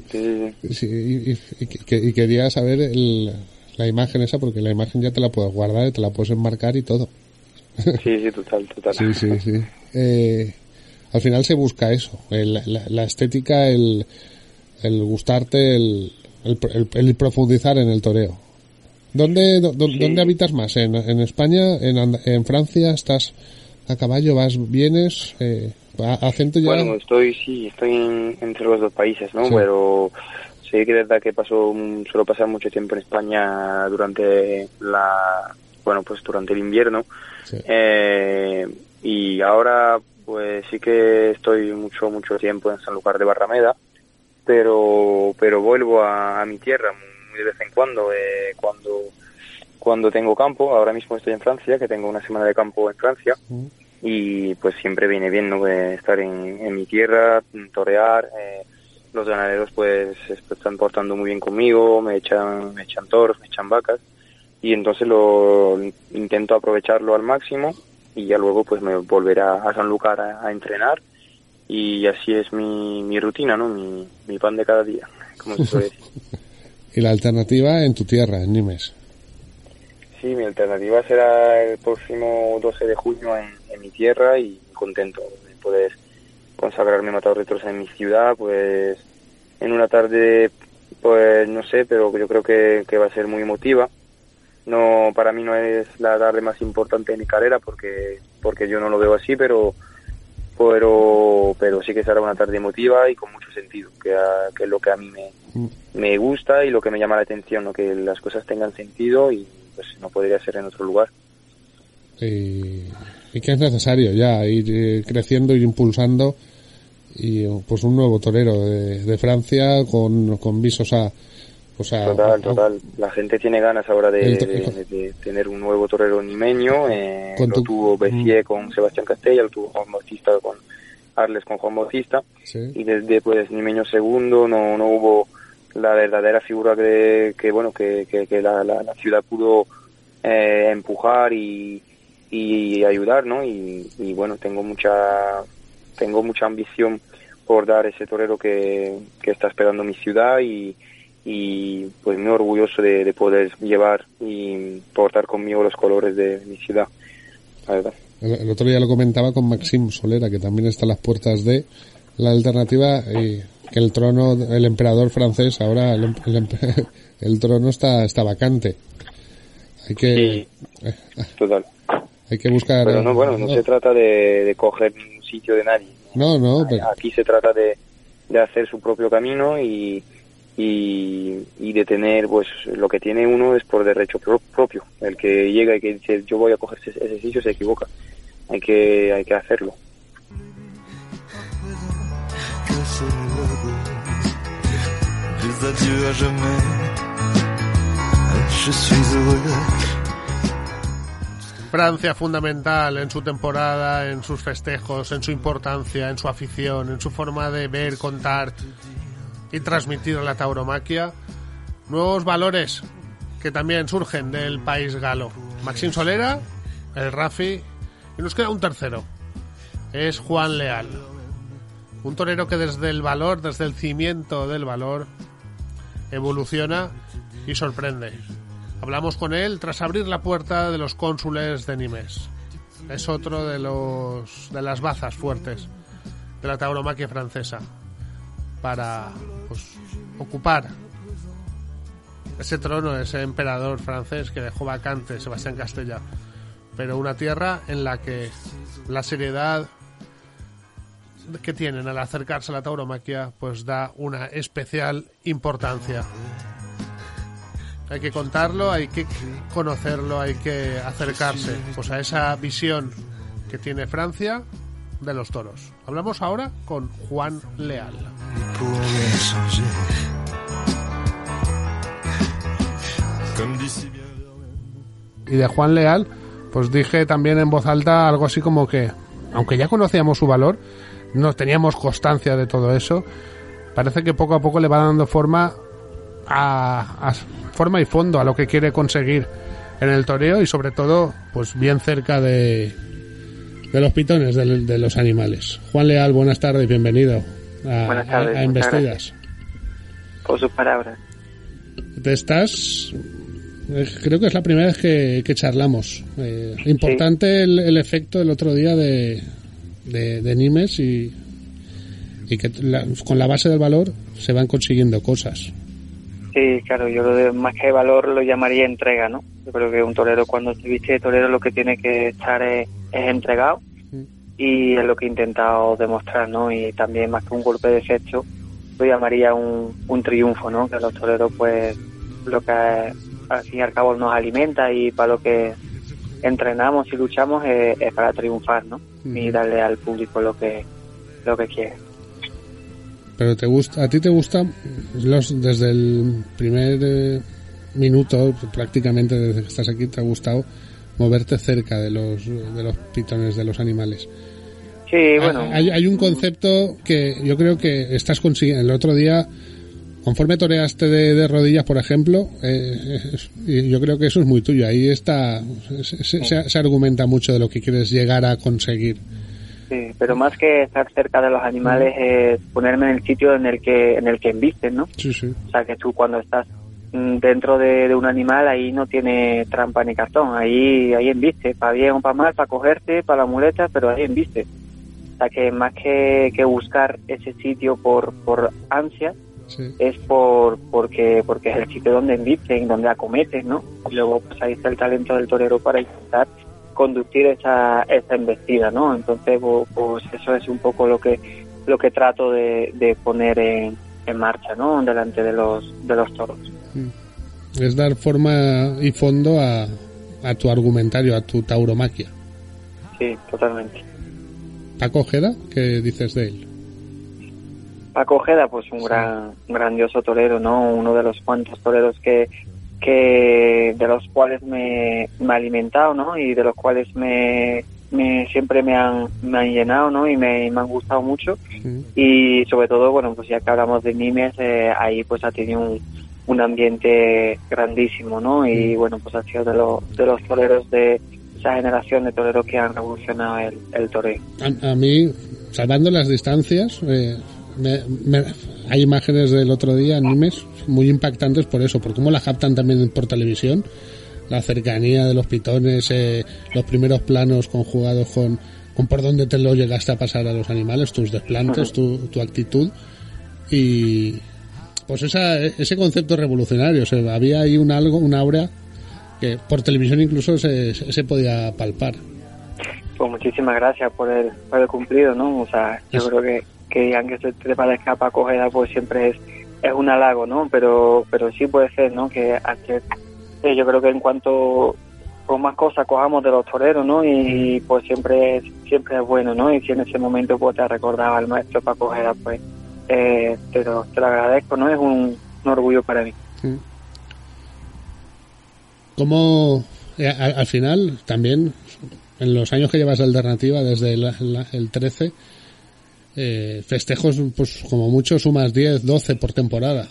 quería saber la imagen esa, porque la imagen ya te la puedes guardar, te la puedes enmarcar y todo. Sí, total. Sí. Al final se busca eso, la estética, el gustarte, el profundizar en el toreo. ¿Dónde habitas más? ¿En España? ¿En Francia? ¿Estás a caballo? ¿Vienes? ¿Acento ya? Bueno, estoy entre los dos países, ¿no? Sí. Pero sí que es verdad que suelo pasar mucho tiempo en España durante durante el invierno. Sí. Y ahora pues sí que estoy mucho tiempo en Sanlúcar de Barrameda, pero vuelvo a mi tierra de vez en cuando, cuando tengo campo. Ahora mismo estoy en Francia, que tengo una semana de campo en Francia, y pues siempre viene bien, ¿no? Estar en mi tierra, torear. Los ganaderos pues están portando muy bien conmigo, me echan toros, me echan vacas, y entonces lo intento aprovecharlo al máximo, y ya luego pues me volveré a Sanlúcar a entrenar, y así es mi rutina, ¿no? Mi pan de cada día, como se suele decir. ¿Y la alternativa en tu tierra, en Nimes? Sí, mi alternativa será el próximo 12 de junio en mi tierra, y contento de poder consagrarme matador de toros en mi ciudad, pues en una tarde, pues no sé, pero yo creo que va a ser muy emotiva. No, para mí no es la tarde más importante de mi carrera, porque yo no lo veo así, pero sí que será una tarde emotiva y con mucho sentido, que es lo que a mí me gusta y lo que me llama la atención, ¿no? Que las cosas tengan sentido, y pues no podría ser en otro lugar. Y que es necesario ya ir creciendo, ir impulsando, y pues un nuevo torero de Francia con visos a... Total. La gente tiene ganas ahora de tener un nuevo torero nimeño. Tuvo Bessier con Sebastián Castella, lo tuvo Juan Bautista con Arles, con Juan Bautista, y desde pues nimeño segundo no hubo la verdadera figura que la ciudad pudo empujar y ayudar, ¿no? Y bueno, tengo mucha ambición por dar ese torero que está esperando mi ciudad, y y pues muy orgulloso de poder llevar y portar conmigo los colores de mi ciudad, la verdad. El otro día lo comentaba con Maxim Solera, que también está a las puertas de la alternativa, que el trono, el emperador francés, ahora el trono está vacante. Hay que... Sí, total. Hay que buscar... Pero no se trata de coger un sitio de nadie. No, pero... Aquí se trata de hacer su propio camino y de tener, pues, lo que tiene uno es por derecho propio. El que llega y que dice, yo voy a coger ese sitio, se equivoca. Hay que hacerlo. Francia fundamental en su temporada, en sus festejos, en su importancia, en su afición, en su forma de ver, contar y transmitir la tauromaquia. Nuevos valores que también surgen del país galo. Maxim Solera, el Rafi, y nos queda un tercero. Es Juan Leal. Un torero que desde el valor, desde el cimiento del valor, evoluciona y sorprende. Hablamos con él tras abrir la puerta de los cónsules de Nimes. Es otro de las bazas fuertes de la tauromaquia francesa para, pues, ocupar ese trono, ese emperador francés que dejó vacante Sebastián Castella, pero una tierra en la que la seriedad que tienen al acercarse a la tauromaquia pues da una especial importancia. Hay que contarlo, hay que conocerlo, hay que acercarse pues a esa visión que tiene Francia de los toros. Hablamos ahora con Juan Leal. Y de Juan Leal, pues dije también en voz alta algo así como que, aunque ya conocíamos su valor, no teníamos constancia de todo eso, parece que poco a poco le va dando forma a forma y fondo a lo que quiere conseguir en el toreo y sobre todo pues bien cerca de los pitones de los animales. Juan Leal, buenas tardes, bienvenido buenas tardes, a Embestidas. Por sus palabras. Creo que es la primera vez que charlamos. Importante sí. el efecto del otro día de Nimes y que con la base del valor se van consiguiendo cosas. Sí, claro, yo más que valor lo llamaría entrega, ¿no? Yo creo que un torero cuando se viste de torero lo que tiene que estar es entregado y es lo que he intentado demostrar, ¿no? Y también más que un golpe de efecto lo llamaría un triunfo, ¿no? Que los toreros pues lo que al fin y al cabo nos alimenta y para lo que entrenamos y luchamos es para triunfar, ¿no? Y darle al público lo que quiere. Pero ¿a ti te gusta desde el primer minuto, prácticamente desde que estás aquí, te ha gustado moverte cerca de los pitones de los animales? Sí, bueno. Hay un concepto que yo creo que estás consiguiendo. El otro día, conforme toreaste de rodillas, por ejemplo, yo creo que eso es muy tuyo. Ahí está, se argumenta mucho de lo que quieres llegar a conseguir. Sí, pero más que estar cerca de los animales es ponerme en el sitio en el que embisten, ¿no? Sí, sí. O sea, que tú cuando estás dentro de un animal ahí no tiene trampa ni cartón, ahí embiste, para bien o para mal, para cogerte, para la muleta, pero ahí embiste. O sea, que más que buscar ese sitio por ansia, sí, es porque es el sitio donde embisten, donde acometes, ¿no? Y luego pues ahí está el talento del torero para intentar conducir esa embestida, ¿no? Entonces pues eso es un poco lo que trato de poner en marcha, ¿no? Delante de los toros. Es dar forma y fondo a tu argumentario, a tu tauromaquia. Sí, totalmente. Paco Ojeda, ¿qué dices de él? Paco Ojeda, pues un grandioso torero, ¿no? Uno de los cuantos toreros que de los cuales me ha alimentado, ¿no? Y de los cuales siempre me han llenado, ¿no? Y me han gustado mucho. Y sobre todo, bueno, pues ya que hablamos de Nimes, ahí pues ha tenido un ambiente grandísimo, ¿no? Y bueno, pues ha sido de los toreros de esa generación de toreros que han revolucionado el toreo. A mí, salvando las distancias, hay imágenes del otro día, animes, muy impactantes por eso, por cómo la captan también por televisión, la cercanía de los pitones, los primeros planos conjugados con por dónde te lo llegaste a pasar a los animales, tus desplantes, tu actitud, y pues ese concepto revolucionario, o sea, había ahí una aura que por televisión incluso se podía palpar. Pues muchísimas gracias por el cumplido, ¿no? O sea, yo creo que digan que se te parezca Paco Ojeda, pues siempre es un halago, ¿no? Pero sí puede ser, ¿no? Que yo creo que en cuanto con más cosas cojamos de los toreros, ¿no? Y pues siempre es bueno, ¿no? Y si en ese momento pues te recordaba al maestro Paco Ojeda, pues te lo agradezco, ¿no? Es un orgullo para mí. ¿Cómo al final también en los años que llevas de alternativa desde el 13 festejos pues como mucho sumas 10, 12 por temporada,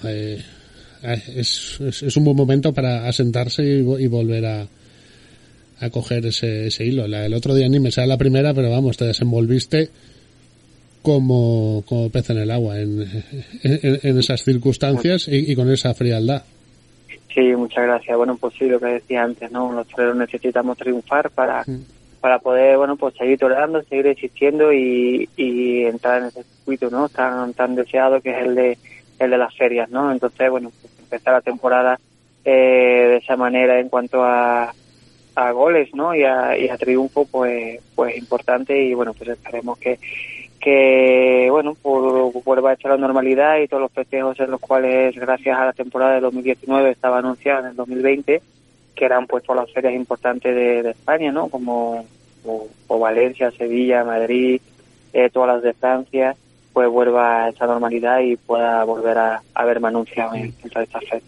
es un buen momento para asentarse y volver a coger ese hilo. El otro día ni me sale la primera, pero vamos, te desenvolviste como pez en el agua en esas circunstancias y con esa frialdad. Sí, muchas gracias. Bueno, pues sí, lo que decía antes, ¿no? Los toreros necesitamos triunfar para poder, bueno, pues seguir toreando, seguir existiendo y entrar en ese circuito, ¿no? Tan deseado que es el de las ferias, ¿no? Entonces, bueno, pues empezar la temporada de esa manera en cuanto a goles, ¿no? Y a triunfo, pues importante, y bueno, pues esperemos que bueno, pues vuelva a echar la normalidad y todos los festejos en los cuales, gracias a la temporada de 2019, estaba anunciada en el 2020, que eran pues todas las ferias importantes de España, ¿no? Como Valencia, Sevilla, Madrid, todas las de Francia, pues vuelva a esa normalidad y pueda volver a verme anunciado en todas estas ferias.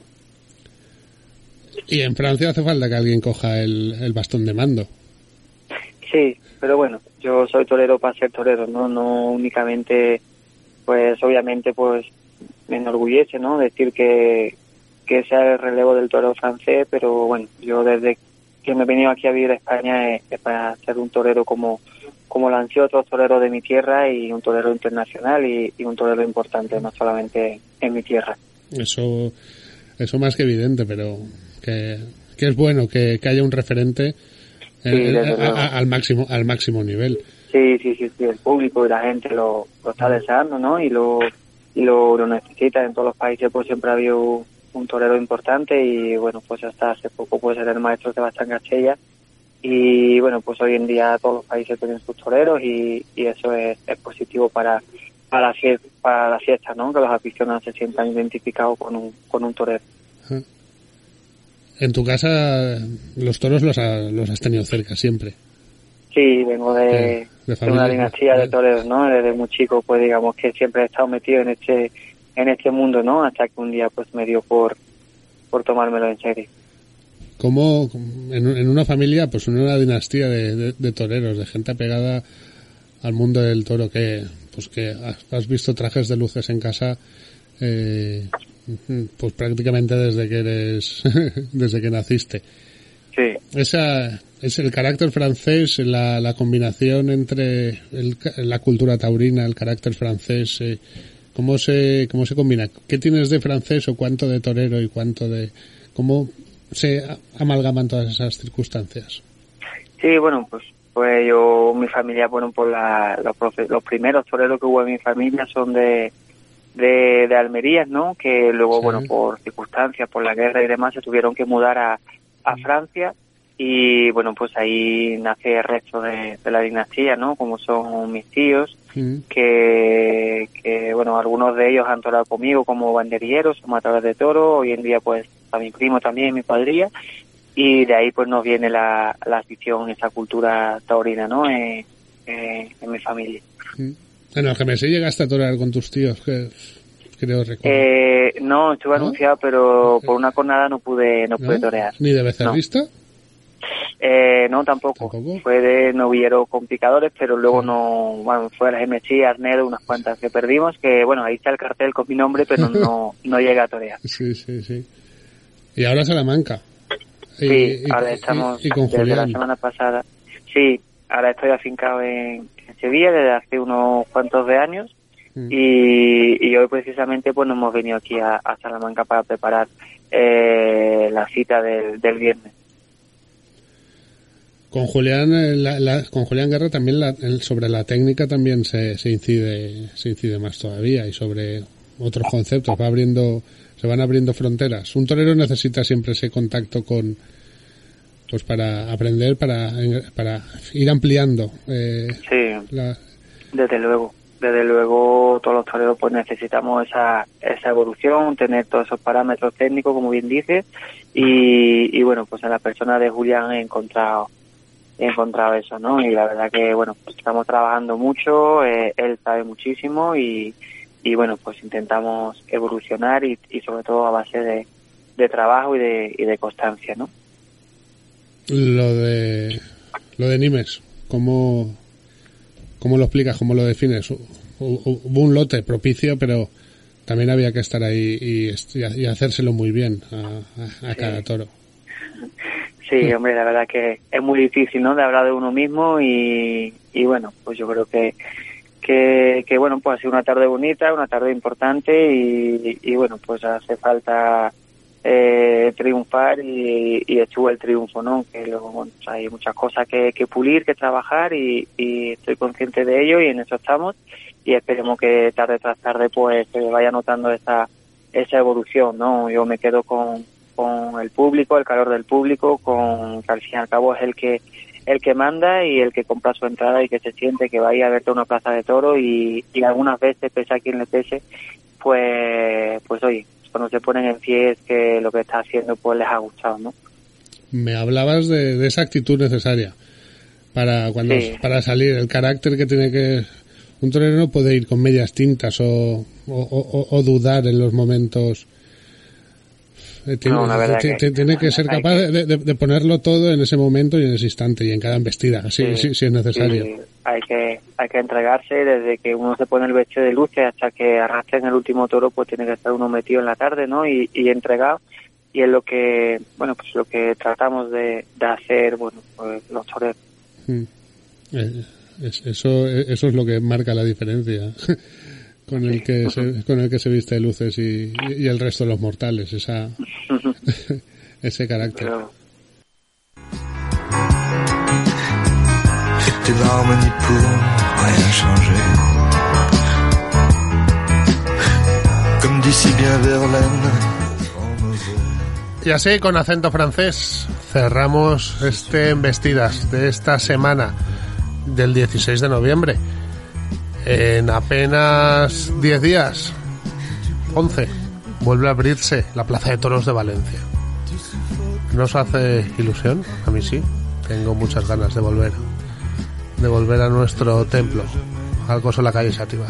Y en Francia hace falta que alguien coja el bastón de mando. Sí, pero bueno, yo soy torero para ser torero, no únicamente, pues obviamente pues me enorgullece, ¿no? Decir que sea el relevo del torero francés, pero bueno, yo desde que me he venido aquí a vivir a España es para ser un torero como lo han sido otros toreros de mi tierra, y un torero internacional y un torero importante, no solamente en mi tierra. Eso más que evidente, pero que es bueno que haya un referente al máximo nivel. Sí, el público y la gente lo está deseando, ¿no? Y lo necesita. En todos los países pues siempre ha habido un torero importante, y bueno, pues hasta hace poco pues era el maestro Sebastián Castella, y bueno, pues hoy en día todos los países tienen sus toreros, y eso es positivo para la fiesta, ¿no? Que los aficionados se sientan identificados con un torero. En tu casa los toros los has tenido cerca siempre. Sí, vengo de una dinastía de toreros, ¿no? Desde muy chico, pues digamos que siempre he estado metido en este mundo, ¿no? Hasta que un día pues me dio por tomármelo en serio. Como en una familia, pues en una dinastía de toreros, de gente apegada al mundo del toro, que has visto trajes de luces en casa, pues prácticamente desde que naciste. Sí. Es el carácter francés, la combinación entre la cultura taurina, el carácter francés, ¿cómo se combina? ¿Qué tienes de francés o cuánto de torero y cuánto de... ¿Cómo se amalgaman todas esas circunstancias? Sí, bueno, pues mi familia, bueno, pues los primeros toreros que hubo en mi familia son de Almería, ¿no? Que luego, sí, bueno, por circunstancias, por la guerra y demás, se tuvieron que mudar a Francia, y bueno, pues ahí nace el resto de la dinastía, ¿no? Como son mis tíos, que bueno, algunos de ellos han toreado conmigo como banderilleros o matadores de toro. Hoy en día pues a mi primo también, mi padrilla, y de ahí pues nos viene la afición, esa cultura taurina, ¿no? En mi familia. En el GMS llegaste a torear con tus tíos, que creo recordar. No, estuve anunciado, pero por una cornada no pude torear. ¿Ni de becerrista? No, tampoco. Fue de novillero con picadores, pero luego no, bueno, fue a la GMS, Arnedo, unas cuantas que perdimos, que bueno, ahí está el cartel con mi nombre, pero no llegué a torear. Sí. Y ahora Salamanca. Sí, ahora estamos y con desde Julián. La semana pasada. Sí, ahora estoy afincado en Sevilla desde hace unos cuantos de años, Y hoy precisamente pues nos hemos venido aquí a Salamanca para preparar la cita del viernes. Con Julián, con Julián Guerra también sobre la técnica también se incide más todavía, y sobre otros conceptos se van abriendo fronteras. Un torero necesita siempre ese contacto pues para aprender, para ir ampliando. Sí, desde luego todos los toreros pues necesitamos esa evolución, tener todos esos parámetros técnicos, como bien dices, y bueno, pues en la persona de Julián he encontrado eso, ¿no? Y la verdad que, bueno, pues estamos trabajando mucho, él sabe muchísimo y bueno, pues intentamos evolucionar y sobre todo a base de trabajo y de constancia, ¿no? Lo de Nimes, ¿cómo lo explicas, cómo lo defines? Hubo un lote propicio, pero también había que estar ahí y hacérselo muy bien a cada toro. Sí, hombre, la verdad que es muy difícil, ¿no?, de hablar de uno mismo y bueno, pues yo creo que bueno, pues ha sido una tarde bonita, una tarde importante y bueno, pues hace falta triunfar y estuvo el triunfo, ¿no? Que luego, bueno, pues hay muchas cosas que pulir, que trabajar y estoy consciente de ello y en eso estamos y esperemos que tarde tras tarde pues se vaya notando esa evolución, ¿no? Yo me quedo con el público, el calor del público, que al fin y al cabo es el que manda y el que compra su entrada y que se siente que va a ir a verte a una plaza de toro y algunas veces, pese a quien le pese, pues oye, cuando se ponen en pie es que lo que está haciendo pues les ha gustado, ¿no? Me hablabas de esa actitud necesaria para salir, el carácter que tiene que... Un torero no puede ir con medias tintas o dudar en los momentos. Tiene que ser capaz de ponerlo todo en ese momento y en ese instante y en cada embestida, si es necesario. Sí. Hay que entregarse desde que uno se pone el vestido de luces hasta que arrastra en el último toro, pues tiene que estar uno metido en la tarde, ¿no? Y entregado, y es lo que, bueno, pues lo que tratamos de hacer, bueno, pues los toreros. Eso es lo que marca la diferencia. Con el que se viste de luces y el resto de los mortales, ese carácter. Y así, con acento francés, cerramos Embestidas de esta semana del 16 de noviembre. En apenas 10 días, 11, vuelve a abrirse la Plaza de Toros de Valencia. ¿Nos hace ilusión? A mí sí. Tengo muchas ganas de volver a nuestro templo, al Coso de la calle Sátiva.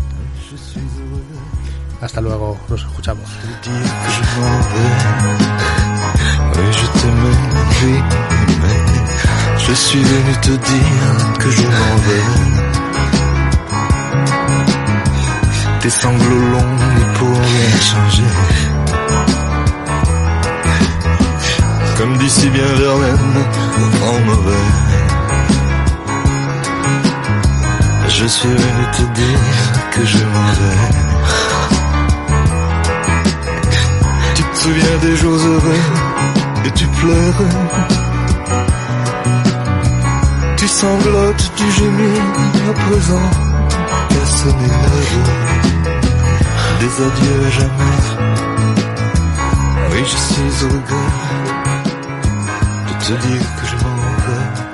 Hasta luego, nos escuchamos. Tes sanglots longs ne pourront rien changer. Comme dit si bien Verlaine, au vent mauvais, je suis venu te dire que je m'en vais. Tu te souviens des jours heureux et tu pleures. Tu sanglotes, tu gémis, à présent personne n'est heureux. Des adieux à jamais. Oui, je suis au regret de te dire que je m'en vais.